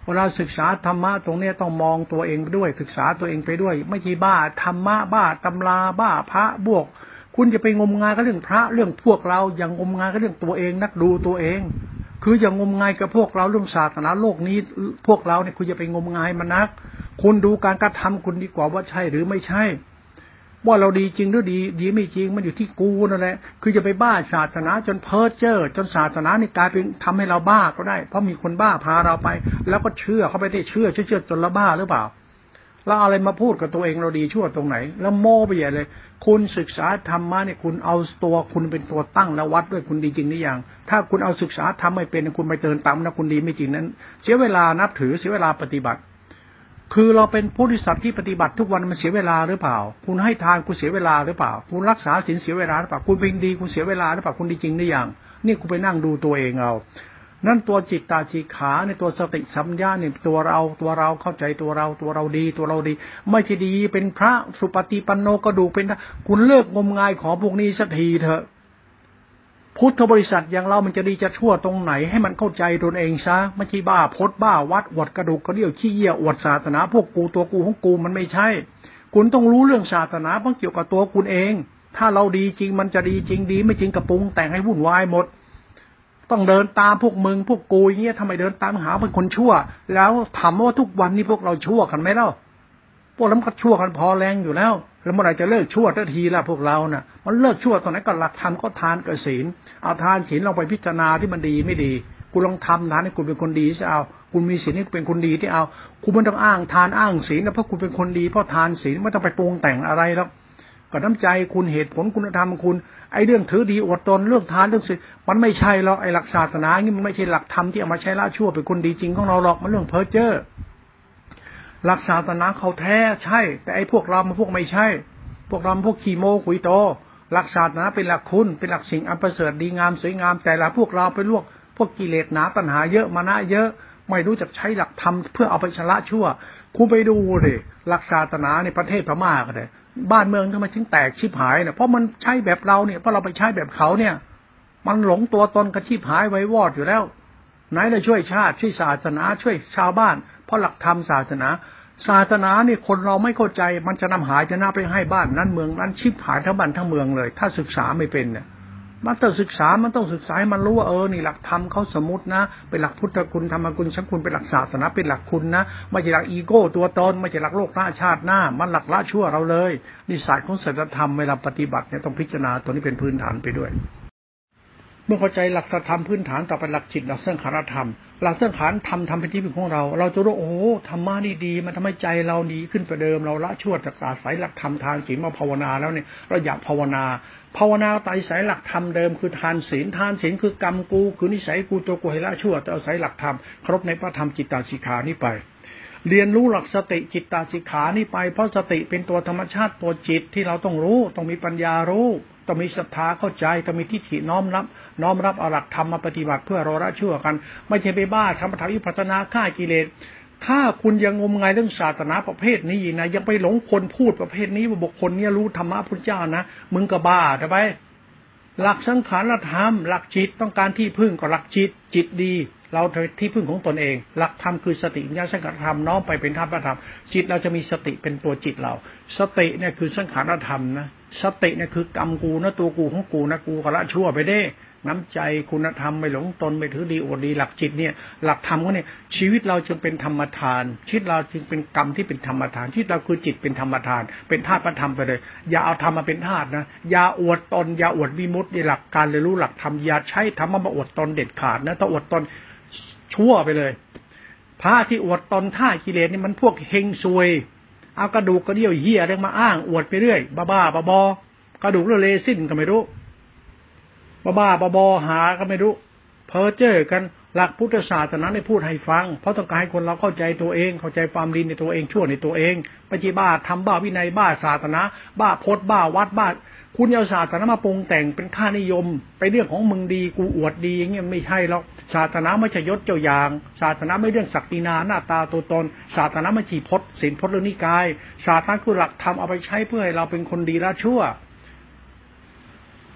เวลาศึกษาธรรมะตรงนี้ต้องมองตัวเองไปด้วยศึกษาตัวเองไปด้วยไม่ใช่บ้าธรรมะบ้าตำราบ้าพระบวกคุณจะไปงมงายกับเรื่องพระเรื่องพวกเราอย่างงมงายกับเรื่องตัวเองนักดูตัวเองคืออย่างงมงายกับพวกเราเรื่องศาสนาโลกนี้พวกเราเนี่ยคุณจะไปงมงายมันนักคุณดูการกระทำคุณดีกว่าว่าใช่หรือไม่ใช่ว่าเราดีจริงหรือดีดีไม่จริงมันอยู่ที่กูนั่นแหละคือจะไปบ้าศาสนาจนเพ้อเจ้อจนศาสนานี่กลายเป็นทำให้เราบ้าก็ได้เพราะมีคนบ้าพาเราไปแล้วก็เชื่อเขาไปได้เชื่อเชื่อเชื่อจนเราบ้าหรือเปล่าแล้วอะไรมาพูดกับตัวเองเราดีชั่วตรงไหนแล้วโม้ไปใหญ่เลยคุณศึกษาธรรมะเนี่ยคุณเอาตัวคุณเป็นตัวตั้งแล้ววัดด้วยคุณดีจริงหรือยังถ้าคุณเอาศึกษาธรรมไม่เป็นคุณไปเดินตามนะคุณดีไม่จริงนั้นเสียเวลานับถือเสียเวลาปฏิบัติคือเราเป็นผู้ที่สัตว์ที่ปฏิบัติทุกวันมันเสียเวลาหรือเปล่าคุณให้ทานคุณเสียเวลาหรือเปล่าคุณรักษาศีลเสียเวลาหรือเปล่าคุณเป็นดีคุณเสียเวลาหรือเปล่าคุณดีจริงหรือยังนี่คุณไปนั่งดูตัวเองเอานั่นตัวจิตตาจิขาในตัวสติสัมยาเนี่ยตัวเราตัวเราเข้าใจตัวเราตัวเราดีตัวเราดีไม่ใช่ดีเป็นพระสุปฏิปันโนก็ดูเป็นคุณเลิกงมงายของพวกนี้สักทีเถอะพุทธบริษัทอย่างเรามันจะดีจะชั่วตรงไหนให้มันเข้าใจตนเองซะไม่ใช่บ้าพดบ้าวัดอวดกระดูกกระเดี่ยวขี้เยี่ยอวดศาสนาพวกกูตัวกูของกูมันไม่ใช่คุณต้องรู้เรื่องศาสนาเพราะเกี่ยวกับตัวคุณเองถ้าเราดีจริงมันจะดีจริงดีไม่จริงกระปุงแต่งให้วุ่นวายหมดต้องเดินตามพวกมึงพวกกูอย่างเงี้ยทำไมเดินตามหาเป็นคนชั่วแล้วถามว่าทุกวันนี้พวกเราชั่วกันไหมเล่าพวกเราก็ชั่วกันพอแรงอยู่แล้วแล้วเมื่อไหร่จะเลิกชั่วทันทีล่ะพวกเราน่ะมันเลิกชั่วตอนไหนก็หลักธรรมก็ทานกับศีลเอาทานศีลลองไปพิจารณาที่มันดีไม่ดีคุณลองทำนะให้คุณเป็นคนดีซะเอาคุณมีศีลให้เป็นคนดีที่เอาคุณไม่ต้องอ้างทานอ้างศีลนะเพราะคุณเป็นคนดีเพราะทานศีลไม่ต้องไปปรุงแต่งอะไรแล้วก็น้ำใจคุณเหตุผลคุณธรรมคุณไอ้เรื่องถือดีอดตนเรื่องทานเรื่องศีลมันไม่ใช่หรอกไอ้หลักศาสนานี่มันไม่ใช่หลักธรรมที่เอามาใช้ละชั่วเป็นคนดีจริงของเราหรอกมันเรื่องเพ้อเจ้อหลักศาสนาเขาแท้ใช่แต่ไอ้พวกเรามันพวกไม่ใช่พวกเราพวกขี้โม้ขุยโตหลักศาสนาเป็นหลักคุณเป็นหลักสิ่งอันประเสริฐดีงามสวยงามแต่ละพวกเราไปลวกพวกกิเลสหนาปัญหาเยอะมานะเยอะไม่รู้จักใช้หลักธรรมเพื่อเอาไปชละชั่วคุณไปดูดิหลักศาสนาในประเทศพม่าก็ได้บ้านเมืองทำไมถึงแตกชิบหายเนี่ยเพราะมันใช้แบบเราเนี่ยเพราะเราไปใช้แบบเขาเนี่ยมันหลงตัวตนกระชิบหายไว้วอดอยู่แล้วไหนจะช่วยชาติช่วยศาสนาช่วยชาวบ้านเพราะหลักธรรมศาสนาศาสนาเนี่ยคนเราไม่เข้าใจมันจะนำหายนะไปให้บ้านนั้นเมืองนั้นชิบหายทั้งบ้านทั้งเมืองเลยถ้าศึกษาไม่เป็นเนี่ยมันต้องศึกษามันต้องศึกษาให้มันรู้ว่าเออนี่หลักธรรมเขาสมมุตินะเป็นหลักพุทธคุณธรรมคุณสังคุณเป็นหลักศาสนาเป็นหลักคุณนะไม่ใช่หลักอีโก้ตัวตนไม่ใช่หลักโลกหน้าชาติหน้ามันหลักละชั่วเราเลยนี่ศาสตร์ของศีลธรรมเวลาปฏิบัติเนี่ยต้องพิจารณาตัวนี้เป็นพื้นฐานไปด้วยเมื่อเข้าใจหลักธรรมพื้นฐานต่อไปหลักจิตหลักสังขารธรรมหลักสังขารธรรมทำเป็นที่พึ่งของเราเราจะรู้โอ้ธรรมะนี่ดีมันทำให้ใจเราดีขึ้นกว่าเดิมเราละชั่วจากอาศัยหลักธรรมทางศีลมาภาวนาแล้วเนี่ยเราอยากภาวนาภาวนาตายสายหลักธรรมเดิมคือทานศีลทานศีลคือกรรมกูคือนิสัยกูตัวกูให้ละชั่วแต่อาศัยหลักธรรมครบในพระธรรมจิตตาสิกขานี่ไปเรียนรู้หลักสติจิตตาสิกขานี่ไปเพราะสติเป็นตัวธรรมชาติตัวจิตที่เราต้องรู้ต้องมีปัญญารู้ต้องมีศรัทธาเข้าใจต้องมีทิฏฐิน้อมรับน้อมรับเอาหลักธรรมมาปฏิบัติเพื่อเราละชั่วกันไม่ใช่ไปบ้าทำปฐวิปัสสนาฆ่ากิเลสถ้าคุณยังงมงายเรื่องศาสนาประเภทนี้นะยังไปหลงคนพูดประเภทนี้ว่าบุคคลนี้รู้ธรรมะพุทธเจ้านะมึงก็บ้าใช่ไหมหลักสังขารธรรมหลักจิตต้องการที่พึ่งก็หลักจิตจิตดีเราที่พึ่งของตนเองหลักธรรมคือสติปัญญาสังขารธรรมน้อมไปเป็นธรรมธรรมจิตเราจะมีสติเป็นตัวจิตเราสติเนี่ยคือสังขารธรรมนะสติเนี่ยคือกรรมกูนะตัวกูของกูนะกูก็ละชั่วไปได้น้ำใจคุณธรรมไม่หลงตนไม่ถือดีอวดดีหลักจิตเนี่ยหลักธรรมก็เนี่ยชีวิตเราจึงเป็นธรรมทานชีวิตเราจึงเป็นกรรมที่เป็นธรรมทานชีวิตเราคือจิตเป็นธรรมทานเป็นธาตุพระธรรมไปเลยอย่าเอาธรรมมาเป็นธาตุนะอย่าอวดตนอย่าอวดวิมุตติในหลักการเรียนรู้หลักธรรมอย่าใช้ธรรมมาอวดตนเด็ดขาดนะถ้าอวดตนชั่วไปเลยพระที่อวดตนท่ากิเลสนี่มันพวกเฮงซวยเอากระดูกกระเดี่ยวเหี้ยอะไรมาอ้างอวดไปเรื่อยบ้าๆบอๆกระดูกเลเลสิ้นก็ไม่รู้บ้าๆบอๆหาก็ไม่รู้เพ้อเจ้อกันหลักพุทธศาสนาได้พูดให้ฟังเพราะต้องการให้คนเราเข้าใจตัวเองเข้าใจความดีในตัวเองชั่วในตัวเองปฏิบ้าทำบ้าวินัยบ้าศาสนาบ้าพจน์บ้าวัดบ้าคุณเอาศาสนามาปรุงแต่งเป็นค่านิยมไปเรื่องของมึงดีกูอวดดีอย่างเงี้ยไม่ใช่หรอกศาสนาไม่ใช่ยศเจ้าอย่างศาสนาไม่เรื่องศักดินาหน้าตาตัวตนศาสนาไม่ใช่พจน์ศีลพจน์หรือนิกายศาสนาคือหลักธรรมเอาไปใช้เพื่อให้เราเป็นคนดีละชั่ว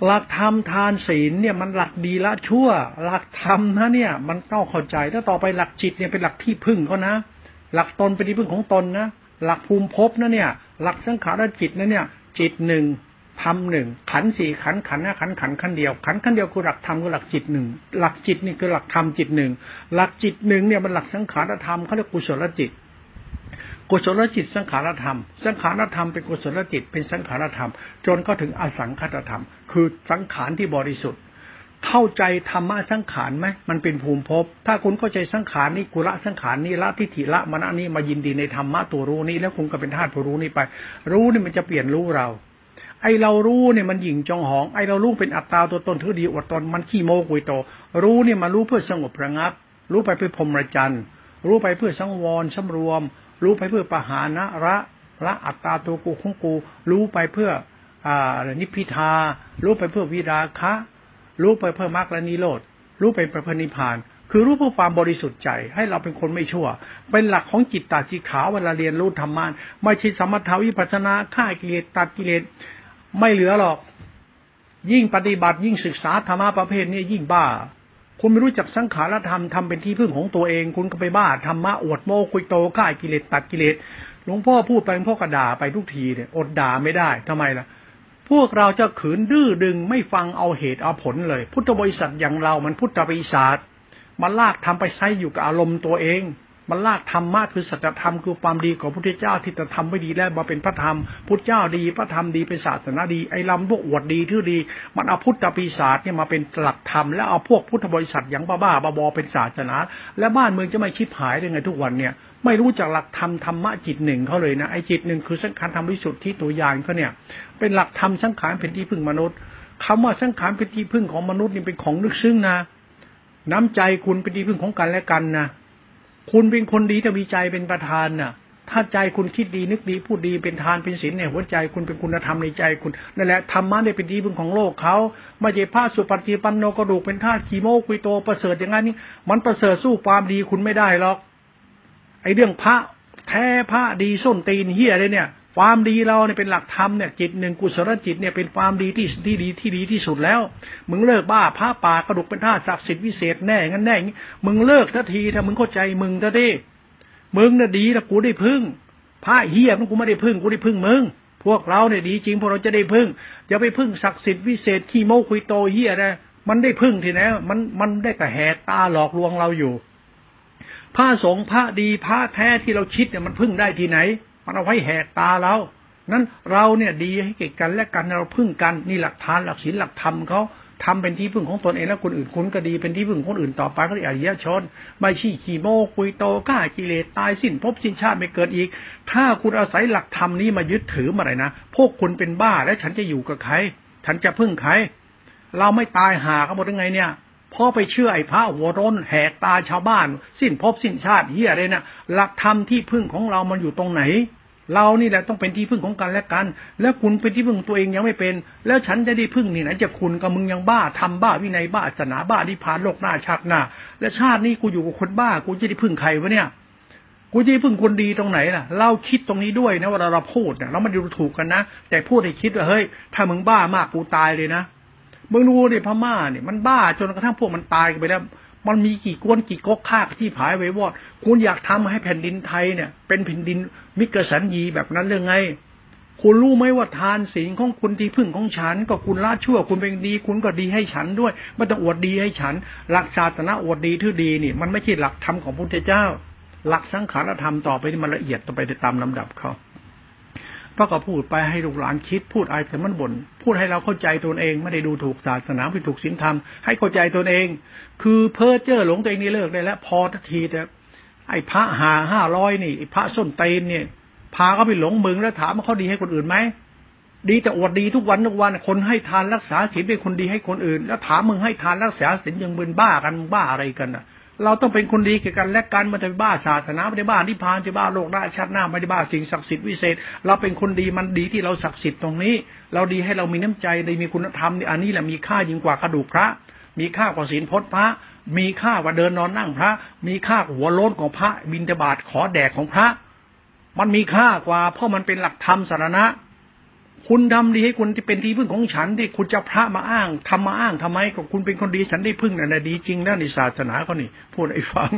หลักธรรมทานศีลเนี่ยมันหลักดีละชั่วหลักธรรมนะเนี่ยมันต้องเข้าใจถ้าต่อไปหลักจิตเนี่ยเป็นหลักที่พึ่งเขานะหลักตนเป็นที่พึ่งของตนนะหลักภูมิภพนะเนี่ยหลักสังขารจิตนะเนี่ยจิตหนึ่งธรรมหนึ่งขันธ์สี่ขันธ์ขันธ์ห้าขันธ์ขันธ์ขันธ์เดียวขันธ์ขันธ์เดียวคือหลักธรรมคือหลักจิตหนึ่งหลักจิตนี่คือหลักธรรมจิตหนึ่งหลักจิตหนึ่งเนี่ยมันหลักสังขารธรรมเขาเรียกกุศลจิตกุศลจิตสังขารธรรมสังขารธรรมเป็นกุศลจิตเป็นสังขารธรรมจนก็ถึงอสังขตธรรมคือสังขารที่บริสุทธิ์เข้าใจธรรมะสังขารไหมมันเป็นภูมิภพถ้าคุณเข้าใจสังขารนี่กุละสังขารนี่ละทิฏฐิละมณะนี้มายินดีในธรรมะตัวรู้นี้แล้วคุณก็เป็นธาตุผู้รู้นี้ไปรู้นี่มันจะเปลี่ยนรู้เราไอเรารู้เนี่ยมันหยิ่งจองหองไอเรารู้เป็นอัตตาตัวตนถือดีอวดตนมันขี้โม้กุยโตรู้เนี่ยมารู้เพื่อสงบระงับรู้ไปเพื่อพรหมจรรย์รู้ไปเพื่อสังวรสำรวมรู้ไปเพื่อปหานะละละอัตตาตัวกูของกูรู้ไปเพื่ออ่านิพพิทารู้ไปเพื่อวิราคะรู้ไปเพื่อมรรคและนิโรธรู้ไปเพื่อนิพพานคือรู้เพื่อความบริสุทธิ์ใจให้เราเป็นคนไม่ชั่วเป็นหลักของจิตตาจิตขาวเวลาเรียนรู้ธรรมะไม่ใช่สมถะวิปัสสนาฆ่ากิเลสตัดกิเลสไม่เหลือหรอกยิ่งปฏิบัติยิ่งศึกษาธรรมะประเภทนี้ยิ่งบ้าคุณไม่รู้จักสังขารธรรมทำเป็นที่พึ่งของตัวเองคุณก็ไปบ้าธรรมะอวดโม้คุยโตฆ่ากิเลสตัดกิเลสหลวงพ่อพูดไปหลวงพ่อกระด่าไปทุกทีเนี่ยอดด่าไม่ได้ทำไมล่ะพวกเราจะขืนดื้อดึงไม่ฟังเอาเหตุเอาผลเลยพุทธบริษัทอย่างเรามันพุทธบริษัทมันลากทำไปใช้อยู่กับอารมณ์ตัวเองมันลากธรรมะคือสัจธรรมคือความดีของพระพุทธเจ้าที่จะทำไว้ดีแล้วมาเป็นพระธรรมพุทธเจ้าดีพระธรรมดีเป็นศาสนาดีไอ้ลำพวกอวดดีทื่อดีมันเอาพุทธปีศาจเนี่ยมาเป็นหลักธรรมแล้วเอาพวกพุทธบริษัทอย่างบ้าๆบอๆเป็นศาสนาและบ้านเมืองจะไม่ชิบหายได้ไงทุกวันเนี่ยไม่รู้จักหลักธรรมธรรมะจิตหนึ่งเขาเลยนะไอ้จิตหนึ่งคือสังขารธรรมวิสุทธิตัวอย่างเขาเนี่ยเป็นหลักธรรมสังขารเป็นที่พึ่งมนุษย์คำว่าสังขารเป็นที่พึ่งของมนุษย์นี่เป็นของลึกซึ้งนะน้ำใจคุณเป็นที่พึ่งของกันและกันนะคุณเป็นคนดีแต่มีใจเป็นประธานน่ะถ้าใจคุณคิดดีนึกดีพูดดีเป็นทานเป็นศีลในหัวใจคุณเป็นคุณธรรมในใจคุณนั่นแหละธรรมะเนี่ยเป็นที่พึ่งของโลกเขาไม่ใช่พระสุปฏิปันโนกระดูกเป็นธาตุขี้โม้คุยโตประเสริฐอย่างนั้นนี่มันประเสริฐสู้ความดีคุณไม่ได้หรอกไอ้เรื่องพระแท้พระดีส้นตีนเหี้ยเลยเนี่ยความดีเราเนี่ยเป็นหลักธรรมเนี่ยจิตหนึ่งกุศลจิตเนี่ยเป็นความดีที่ที่ดีที่ดีที่สุดแล้วมึงเลิกบ้าพระป่ากระดูกเป็นธาตุศักดิ์สิทธิ์วิเศษแน่งั้นแน่มึงเลิกทันทีถ้ามึงเข้าใจมึงซะดิมึงน่ะดีนะกูได้พึ่งพระเหี้ยมึงกูไม่ได้พึ่งกูได้พึ่งมึงพวกเราเนี่ยดีจริงพวกเราจะได้พึ่งอย่าไปพึ่งศักดิ์สิทธิ์วิเศษขี้โม้คุยโตเหี้ยนะมันได้พึ่งที่ไหนมันมันได้แต่แหกตาหลอกลวงเราอยู่พระสงฆ์พระดีพระแท้ที่เราคิดเนี่ยมันพึ่งได้ที่ไหนมันเอาไว้แหกตาเรานั้นเราเนี่ยดีให้เกิดกันและกันเราพึ่งกันนี่หลักฐานหลักศีลหลักธรรมเขาทำเป็นที่พึ่งของตนเองแล้วคนอื่นคุณก็ดีเป็นที่พึ่งคนอื่นต่อไปก็อริยชนไม่ชี้ขี้โม้คุยโตฆ่ากิเลสตายสิ้นภพสิ้นชาติไม่เกิดอีกถ้าคุณอาศัยหลักธรรมนี้มายึดถือมาเลยนะพวกคุณเป็นบ้าแล้วฉันจะอยู่กับใครฉันจะพึ่งใครเราไม่ตายหากันหมดยังไงเนี่ยพ่อไปเชื่อไอ้พระหัวร้นแหกตาชาวบ้านสิ้นภพสิ้นชาติเหี้ยอะไรนะหลักธรรมที่พึ่งของเรามันอยู่ตรงไหนเรานี่แหละต้องเป็นที่พึ่งของกันและกันแล้วคุณเป็นที่พึ่งตัวเองยังไม่เป็นแล้วฉันจะได้พึ่งนี่ไหนจะคุณกับมึงยังบ้าทำบ้าวินัยบ้าศาสนาบ้านิพพานโลกหน้าชาติหน้าและชาตินี้กูอยู่กับคนบ้ากูจะได้พึ่งใครวะเนี่ยกูจะได้พึ่งคนดีตรงไหนล่ะเราคิดตรงนี้ด้วยนะว่าเราพูดเนี่ยเราไม่ได้ดูถูกกันนะแต่พูดให้คิดว่าเฮ้ยถ้ามึงบ้ามากกูตายเลยนะมึงดูดิพม่าเนี่ยมันบ้าจนกระทั่งพวกมันตายกันไปแล้วมันมีกี่ก้นกี่ก๊กฆ่าที่ผายไว้วอดคุณอยากทำให้แผ่นดินไทยเนี่ยเป็นแผ่นดินมิกสัญญีแบบนั้นเรื่องไงคุณรู้ไหมว่าทานศีลของคุณที่พึ่งของฉันก็คุณละชั่วคุณเป็นดีคุณก็ดีให้ฉันด้วยไม่ต้องอวดดีให้ฉันหลักศาสนาอวดดีทื่อดีนี่มันไม่ใช่หลักธรรมของพระพุทธเจ้าหลักสังขารธรรมต่อไปที่มันละเอียดต่อไปตามลำดับเขาพระก็พูดไปให้ลูกหลานคิดพูดอะไรแต่มันบ่นพูดให้เราเข้าใจตนเองไม่ได้ดูถูกศาสนาไม่ถูกศีลธรรมให้เข้าใจตนเองคือเพ้อเจ้อหลงตัวเองนี่เลิกได้แล้วพอทันทีแต่ไอ้พระหาห้าร้อยนี่ไอ้พระส้นเตนเนี่ยพาเขาไปหลงมึงแล้วถามว่าเขาดีให้คนอื่นไหมดีแต่อวดดีทุกวันทุกวันคนให้ทานรักษาศีลเป็นคนดีให้คนอื่นแล้วถามมึงให้ทานรักษาศีลยังเป็นบ้ากันบ้าอะไรกันอ่ะเราต้องเป็นคนดีแก่กันและกันไม่ได้บ้าศาสนาไม่ได้บ้านิพพานจะบ้าโลกหน้าชาติหน้าไม่ได้บ้าสิ่งศักดิ์สิทธิ์วิเศษเราเป็นคนดีมันดีที่เราศักดิ์สิทธิ์ตรงนี้เราดีให้เรามีน้ำใจได้มีคุณธรรมอันนี้แหละมีค่ายิ่งกว่ากระดูกพระมีค่ากว่าศีลพจน์พระมีค่ากว่าเดินนอนนั่งพระมีค่ากว่าหัวโล้นของพระบิณฑบาตขอแดกของพระมันมีค่ากว่าเพราะมันเป็นหลักธรรมสารณะคุณทำดีให้คุณที่เป็นที่พึ่งของฉันที่คุณจะพระมาอ้างทำมาอ้างทำไมก็คุณเป็นคนดีฉันได้พึ่งนั่นน่ะดีจริงแล้วในศาสนาเขานี่พูดให้ฟัง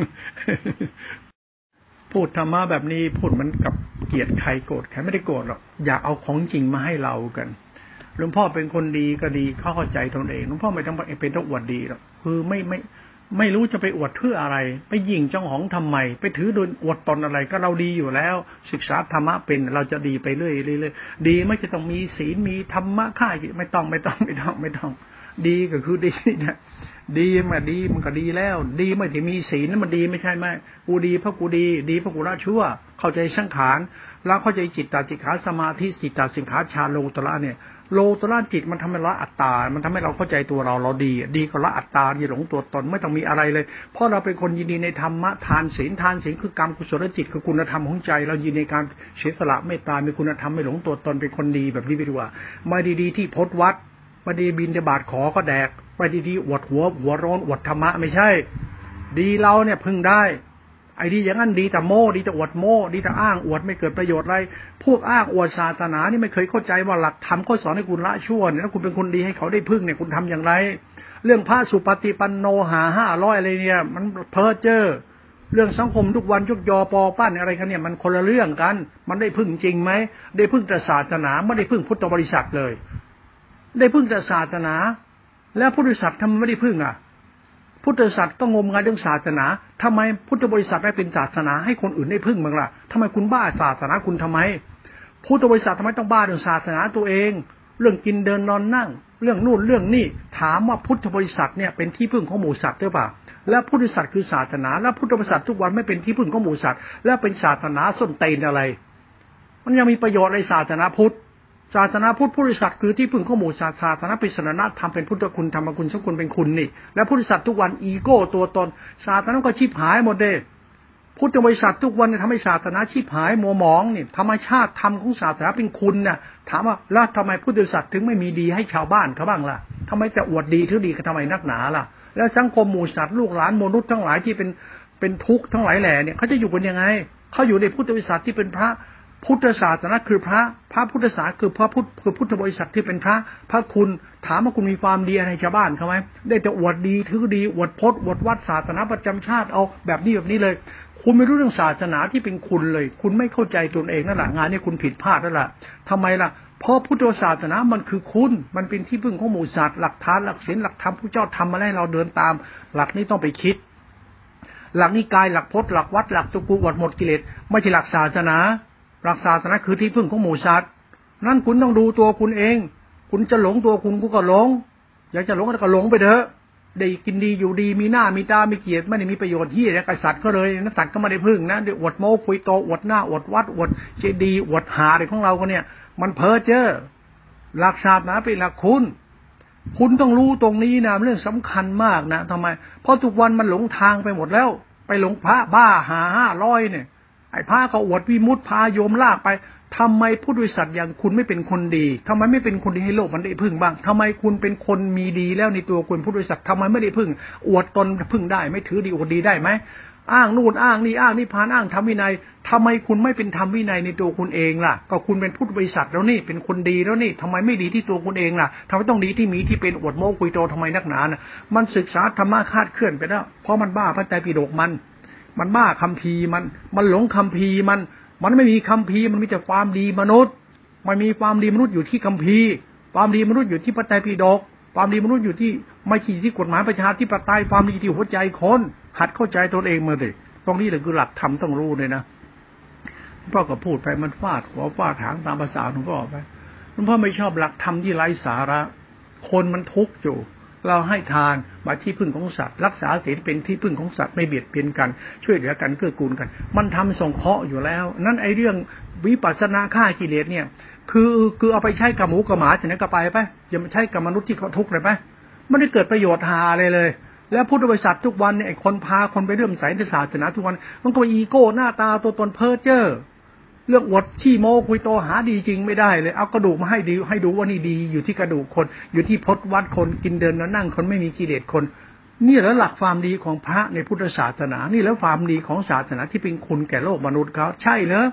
พูดธรรมะแบบนี้พูดมันกับเกลียดใครโกรธใครไม่ได้โกรธหรอกอยากเอาของจริงมาให้เรากันหลวงพ่อเป็นคนดีก็ดีเข้าใจตนเองหลวงพ่อไม่ต้องเป็นต้องอวดดีหรอกคือไม่ไม่ไม่รู้จะไปอวดเพื่ออะไรไปยิงเจ้าของทำไมไปถือโดยอวดตนอะไรก็เราดีอยู่แล้วศึกษาธรรมะเป็นเราจะดีไปเรื่อยเรื่อยดีไม่จะต้องมีศีลมีธรรมะค่ายไม่ต้องไม่ต้องไม่ต้องไม่ต้องดีก็คือดีนะดีมาดีมันก็ดีแล้วดีไม่ที่มีศีลนั้นมันดีไม่ใช่ไหมกูดีเพราะกูดีดีเพราะกูละชั่วเข้าใจสังขารแล้วเข้าใจจิตตาจิตขาสมาธิจิตตาสิงขาฌานโลกุตระเนี่ยโลกุตระจิตมันทำให้ละอัตตามันทำให้เราเข้าใจตัวเราเราดีดีก็ละอัตตาอย่าหลงตัวตนไม่ต้องมีอะไรเลยเพราะเราเป็นคนยินดีในธรรมะทานศีลทานศีลคือกรรมกุศลจิตคือคุณธรรมของใจเรายินดีในการเสียสละเมตตามีคุณธรรมไม่หลงตัวตนเป็นคนดีแบบนี้ไปดีกว่าไม่ดีๆที่พจน์วัดไม่ดีบินเดบาทขอก็แดกไปดีๆอวดหัวหัวร้อนอวดธรรมะไม่ใช่ดีเราเนี่ยพึ่งได้ไอ้ดีอย่างนั้นดีแต่โม้ดีแต่อวดโม้ดีแต่อ้างอวดไม่เกิดประโยชน์อะไรพวกอ้างอวดศาสนานี่ไม่เคยเข้าใจว่าหลักธรรมเขาสอนให้คุณละชั่วเนี่ยถ้าคุณเป็นคนดีให้เขาได้พึ่งเนี่ยคุณทำอย่างไรเรื่องพระสุปฏิปันโนหาห้าร้อยอะไรเนี่ยมันเพ้อเจ้อเรื่องสังคมทุกวันยกยอปอปั้นอะไรกันเนี่ยมันคนละเรื่องกันมันได้พึ่งจริงไหมได้พึ่งแต่ศาสนาไม่ได้พึ่งพุทธบริษัทเลยได้พึ่งแต่ศาสนาแล้วพุทธบริษัททำไมไม่ได้พึ่งอ่ะพุทธบริษัทต้องงมงายเรื่องศาสนาทำไมพุทธบริษัทได้เป็นศาสนาให้คนอื่นได้พึ่งบ้างล่ะทำไมคุณบ้าศาสนาคุณทำไมพุทธบริษัททำไมต้องบ้าเรื่องศาสนาตัวเองเรื่องกินเดินนอนนั่งเรื่องนู่นเรื่องนี่ถามว่าพุทธบริษัทเนี่ยเป็นที่พึ่งของหมู่สัตว์หรือเปล่าแล้วพุทธบริษัทคือศาสนาแล้วพุทธบริษัททุกวันไม่เป็นที่พึ่งของหมู่สัตว์แล้วเป็นศาสนาส้นเตนอะไรมันยังมีประโยชน์ในศาสนาพุทธศาสนาพุทธพุทธบริษัทคือที่พึ่งของหมู่สัตว์ศาสนาเป็นศาสนาธรรมเป็นพุทธคุณธรรมคุณสังคุณเป็นคุณนี่แล้วพุทธบริษัททุกวันอีโก้ตัวตนศาสนาก็ชิบหายหมดเลยพุทธบริษัททุกวันเนี่ยทำให้ศาสนาชิบหายมัวหมองนี่ธรรมชาติธรรมของศาสนาเป็นคุณน่ะถามว่าแล้วทำไมพุทธบริษัทถึงไม่มีดีให้ชาวบ้านเขาบ้างล่ะทำไมจะอวดดีถือดีกันทำไมนักหนาล่ะแล้วสังคมหมู่สัตว์ลูกหลานมนุษย์ทั้งหลายที่เป็นเป็นทุกข์ทั้งหลายแหล่เนี่ยเขาจะอยู่กันยังไงเขาอยู่ในพุทธบริษัทที่เป็นพระพุทธศาสนาคือพระพระพุทธศาสนาคือพระพุทธคือพุทธบริษัทที่เป็นพระพระคุณถามว่าคุณมีความดีอะไรชาวบ้านเขาไหมได้แต่อวดดีถือดีอวดพจน์อวดวัดศาสนาประจำชาติเอาแบบนี้แบบนี้เลยคุณไม่รู้เรื่องศาสนาที่เป็นคุณเลยคุณไม่เข้าใจตนเองนั่นแหละงานนี้คุณผิดพลาดแล้วล่ะทำไมล่ะเพราะพุทธศาสนามันคือคุณมันเป็นที่พึ่งของหมู่สัตว์หลักฐานหลักศีลหลักธรรมพระเจ้าทำมาให้เราเดินตามหลักนี้ต้องไปคิดหลักนิกายหลักพจน์หลักวัดหลักตะกูอวดหมดกิเลสไม่ใช่หลักศาสนาหลักศาสนาคือที่พึ่งของหมู่สัตว์นั่นคุณต้องดูตัวคุณเองคุณจะหลงตัวคุณกูก็หลงอยากจะหลงก็หลงไปเถอะได้กินดีอยู่ดีมีหน้ามีตามีเกียรติไม่ได้มีประโยชน์ที่อะไรกับสัตว์ก็เลยนักสัตว์ก็ไม่ได้พึ่งนะเดี๋ยวอวดโม้คุยโตอวดหน้าอวดวัดอวดเจดีอวดหาอะไรของเราก็เนี่ยมันเพ้อเจ้อหลักศาสนาเป็นหลักคุณคุณต้องรู้ตรงนี้นะเรื่องสำคัญมากนะทำไมเพราะทุกวันมันหลงทางไปหมดแล้วไปหลงพระบ้าหาห้าร้อยเนี่ยไอ้พระก็อวดวิมุตติพาโยมลากไปทำไมผู้บริษัทอย่างคุณไม่เป็นคนดีทำไมไม่เป็นคนดีให้โลกมันได้พึ่งบ้างทำไมคุณเป็นคนมีดีแล้วในตัวคุณผู้บริษัททำไมไม่ได้พึ่งอวดตนพึ่งได้ไม่ถือดีอวดดีได้ไหมอ้างนู่นอ้างนี่อ้างนิพพานอ้างธรรมวินัยทำไมคุณไม่เป็นธรรมวินัยในตัวคุณเองล่ะก็คุณเป็นผู้บริษัทแล้วนี่เป็นคนดีแล้วนี่ทำไมไม่ดีที่ตัวคุณเองล่ะทำไมต้องดีที่มีที่เป็นอวดโม้คุยโตทำไมนักหนาน่ะมันศึกษาธรรมะคาดเคลื่อนไปแล้วเพราะมันบ้าพระไตรปิฎกมันมันบ้าคัมภีร์มันมันหลงคัมภีร์มันมันไม่มีคัมภีร์มันมีแต่ความดีมนุษย์มันมีความดีมนุษย์อยู่ที่คัมภีร์ความดีมนุษย์อยู่ที่พระไตรปิฎกความดีมนุษย์อยู่ที่ไม่ใช่ที่กฎหมายประชาธิปไตยความดีที่หัวใจคนหัดเข้าใจตนเองมาดิตรงนี้แหละคือหลักธรรมต้องรู้เลยนะพ่อก็พูดไปมันฟาดหัวฟาดหางตามภาษาหลวงพ่อไปหลวงพ่อไม่ชอบหลักธรรมที่ไร้สาระคนมันทุกข์อยู่เราให้ทานมาที่พึ่งของสัตว์รักษาศีลเป็นที่พึ่งของสัตว์ไม่เบียดเบียนกันช่วยเหลือกันเกื้อกูลกันมันทำสงเคราะห์อยู่แล้วนั่นไอ้เรื่องวิปัสสนาฆ่ากิเลสเนี่ยคือคือเอาไปใช้กับหมูกับหมาจะไหนก็ไปไปอย่ามาใช้กับมนุษย์ที่เขาทุกข์เลยไปไม่ได้เกิดประโยชน์หาอะไรเลยแล้วพุทธบริษัททุกวันเนี่ยไอ้คนพาคนไปเรื่อมใสในศาสนาทุกวันมันก็อีโก้หน้าตาตัวตนเพ้อเจ้อเรื่องอวดขี้โม้คุยโตหาดีจริงไม่ได้เลยเอากระดูกมาให้ดีให้ดูว่านี่ดีอยู่ที่กระดูกคนอยู่ที่พจน์วัดคนกินเดินแล้วนั่งคนไม่มีกิเลสคนนี่แหละหลักความดีของพระในพุทธศาสนานี่แล้วความดีของศาสนาที่เป็นคุณแก่โลกมนุษย์เขาใช่เหรอ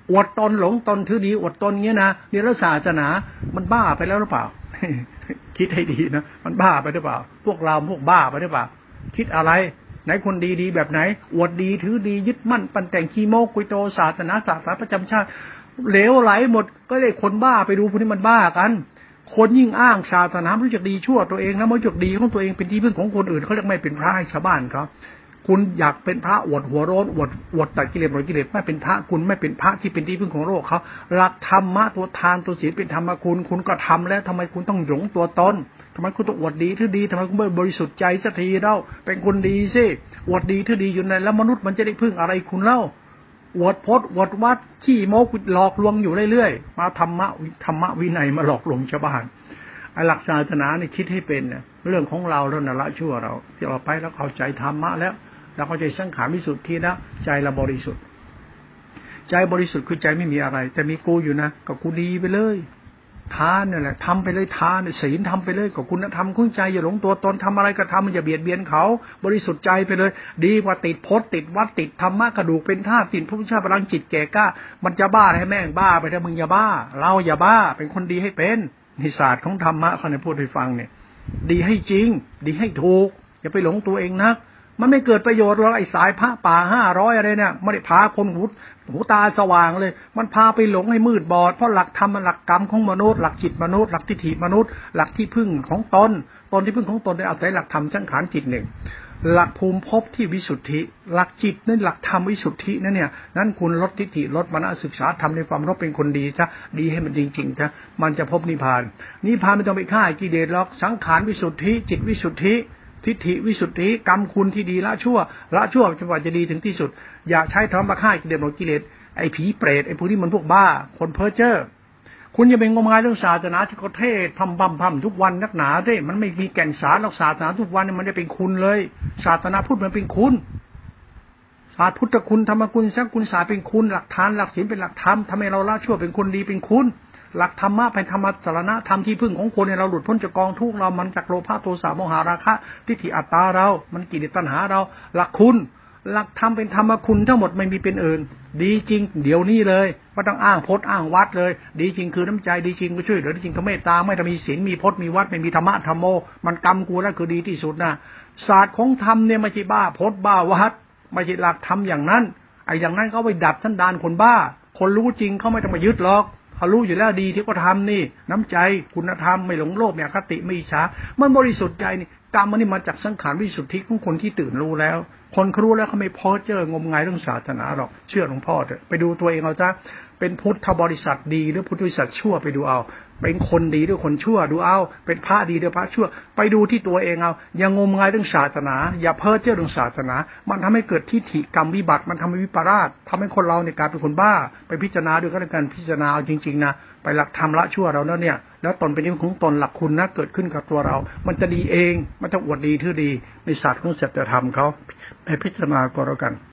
อวดตนหลงตนถือดีอวดตนเงี้ยนะเนี่ยแล้วศาสนามันบ้าไปแล้วหรือเปล่า คิดให้ดีนะมันบ้าไปหรือเปล่าพวกเราพวกบ้าไปหรือเปล่าคิดอะไรไหนคนดีๆแบบไหนอวดดีถือดียึดมั่นปั้นแต่งขี้โม้กุยโตศาสนาศาสนาประจำชาติเหลวไหลหมดก็เลยคนบ้าไปดูพวกนี้มันบ้ากันคนยิ่งอ้างศาสนาไม่รู้จักดีชั่วตัวเองนะไม่รู้จักดีของตัวเองเป็นที่พึ่งของคนอื่นเขาเรียกไม่เป็นพระให้ชาวบ้านเขาคุณอยากเป็นพระอวดหัวโร้นอวดอวดตัดกิเลสหมดกิเลสไม่เป็นพระคุณไม่เป็นพระที่เป็นที่พึ่งของโลกเขาหลักธรรมะตัวทานตัวศีลเป็นธรรมคุณคุณก็ทำแล้วทำไมคุณต้องหลงตัวตนทำไมคุณต้องอวดดีที่ดีทำไมคุณไม่บริสุทธิ์ใจสักทีเล่าเป็นคนดีสิอวดดีที่ดีอยู่ในแล้วมนุษย์มันจะได้พึ่งอะไรคุณเล่าอวดพจน์อวดวัดขี้โม้หลอกลวงอยู่เรื่อยๆมาธรรมะธรรมะวินัยมาหลอกลวงชาวบ้านไอ้หลักศาสนาเนี่ยคิดให้เป็นเนี่ยเรื่องของเราแล้วนะละชั่วเราที่เราไปแล้วเข้าใจธรรมะแล้วเราเข้าใจสังขารวิสุทธิแล้วใจเราบริสุทธิ์ใจบริสุทธิ์คือใจไม่มีอะไรแต่มีกูอยู่นะก็กูดีไปเลยทานนี่แหละทำไปเลยทานศีลทำไปเลยก็คุณธรรมคุณใจอย่าหลงตัวตนทำอะไรก็ทำมันอย่าเบียดเบียนเขาบริสุทธิ์ใจไปเลยดีกว่าติดพจน์ติดวัดติดธรรมะกระดูกเป็นธาตุสินพระพุทธเจ้าพลังจิตแก่กล้ามันจะบ้าให้แม่งบ้าไปถ้ามึงอย่าบ้าเราอย่าบ้าเป็นคนดีให้เป็นนิศาสตร์ของธรรมะเขาเนี่ยพูดให้ฟังเนี่ยดีให้จริงดีให้ถูกอย่าไปหลงตัวเองนักมันไม่เกิดประโยชน์หรอกไอ้สายพระป่าห้าร้อยอะไรเนี่ยไม่ได้พาคนหูหูตาสว่างเลยมันพาไปหลงให้มืดบอดเพราะหลักธรรมมันหลักกรรมของมนุษย์หลักจิตมนุษย์หลักทิฏฐิมนุษย์หลักที่พึ่งของตนตนที่พึ่งของตนได้อาศัยหลักธรรมสังขารจิตหนึ่งหลักภูมิภพที่วิสุทธิหลักจิตนั่นหลักธรรมวิสุทธินั่นเนี่ยนั้นคุณลดทิฏฐิลดมานะศึกษาธรรมในความรู้เป็นคนดีซะดีให้มันจริงๆซะมันจะพบนิพพานนิพพานไม่ต้องไปฆ่ากิเลสหรอกสังขารวิสุทธิจิตวิสุทธิทิฏฐิวิสุทธิกรรมคุณที่ดีละชั่วละชั่วจนกว่าจะดีถึงที่สุดอย่าใช้ธรรมะฆ่ากิเลสหมดกิเลสไอ้ผีเปรตไอ้พวกนี้มันพวกบ้าคนเพ้อเจ้อคุณอย่าเป็นงมงายเรื่องศาสนาที่เขาเทศพัมพัมพัมทุกวันนักหนาด้วยมันไม่มีแก่นสารหรอกศาสนาทุกวันเนี่ยมันได้เป็นคุณเลยศาสนาพุทธมันเป็นคุณศาสตร์พุทธคุณธรรมคุณสังคุณศาสตร์เป็นคุณหลักฐานหลักศีลเป็นหลักธรรมทำให้เราละชั่วเป็นคนดีเป็นคุณหลักธรรมะเป็นธรรมะสารณะธรรมที่พึ่งของคนเนี่ยเราหลุดพ้นจากกองทุกข์เรามันจากโลภะโทสะโมหะราคะทิฏฐิอัตตาเรามันกิเลสตัณหาเราหลักคุณหลักธรรมเป็นธรรมคุณทั้งหมดไม่มีเป็นอื่นดีจริงเดี๋ยวนี้เลยไม่ต้องอ้างพจน์อ้างวัดเลยดีจริงคือน้ำใจดีจริงก็ช่วยเหลือดีจริงก็เมตตาไม่ต้องมีศีลมีพจน์มีวัดไม่มีธรรมะธรรมโมมันกรรมกูแล้วคือดีที่สุดนะศาสตร์ของธรรมเนี่ยไม่ใช่บ้าพจน์บ้าวัดไม่ใช่หลักธรรมอย่างนั้นไอ้อย่างนั้นเขาไปดัดสันดานคนบ้าคนรู้จริงเขาไม่ต้องมายึดหรอกเขารู้อยู่แล้วดีที่เขาทำนี่น้ำใจคุณธรรมไม่หลงโลภเนี่ยคติไม่อิจฉามันบริสุทธิ์ใจนี่กรรมมันนี่มาจากสังขารวิสุทธิของคนที่ตื่นรู้แล้วคนเขารู้แล้วเขาไม่พ้อเจองมงายเรื่องศาสนาหรอกเชื่อหลวงพ่อเถอะไปดูตัวเองเอาจ้ะเป็นพุทธบริษัทดีหรือพุทธบริษัทชั่วไปดูเอาเป็นคนดีหรือคนชั่วดูเอาเป็นพระดีหรือพระชั่วไปดูที่ตัวเองเอาอย่างงมงายเรื่องศาสนาอย่าเพ้อเจ้อเรื่องศาสนามันทำให้เกิดทิฏฐิกรรมวิบัติมันทำให้วิปลาสทำให้คนเราเนี่ยกลายเป็นคนบ้าไปพิจารณาด้วยกันการพิจารณาเอาจริงๆนะไปหลักธรรมละชั่วเราแล้วเนี่ยแล้วตนเป็นที่ของตนหลักคุณนะเกิดขึ้นกับตัวเรามันจะดีเองมันจะอวดดีทื่อดีในศาสตร์ของศีลธรรมเขาไปพิจารณาก็แล้วกัน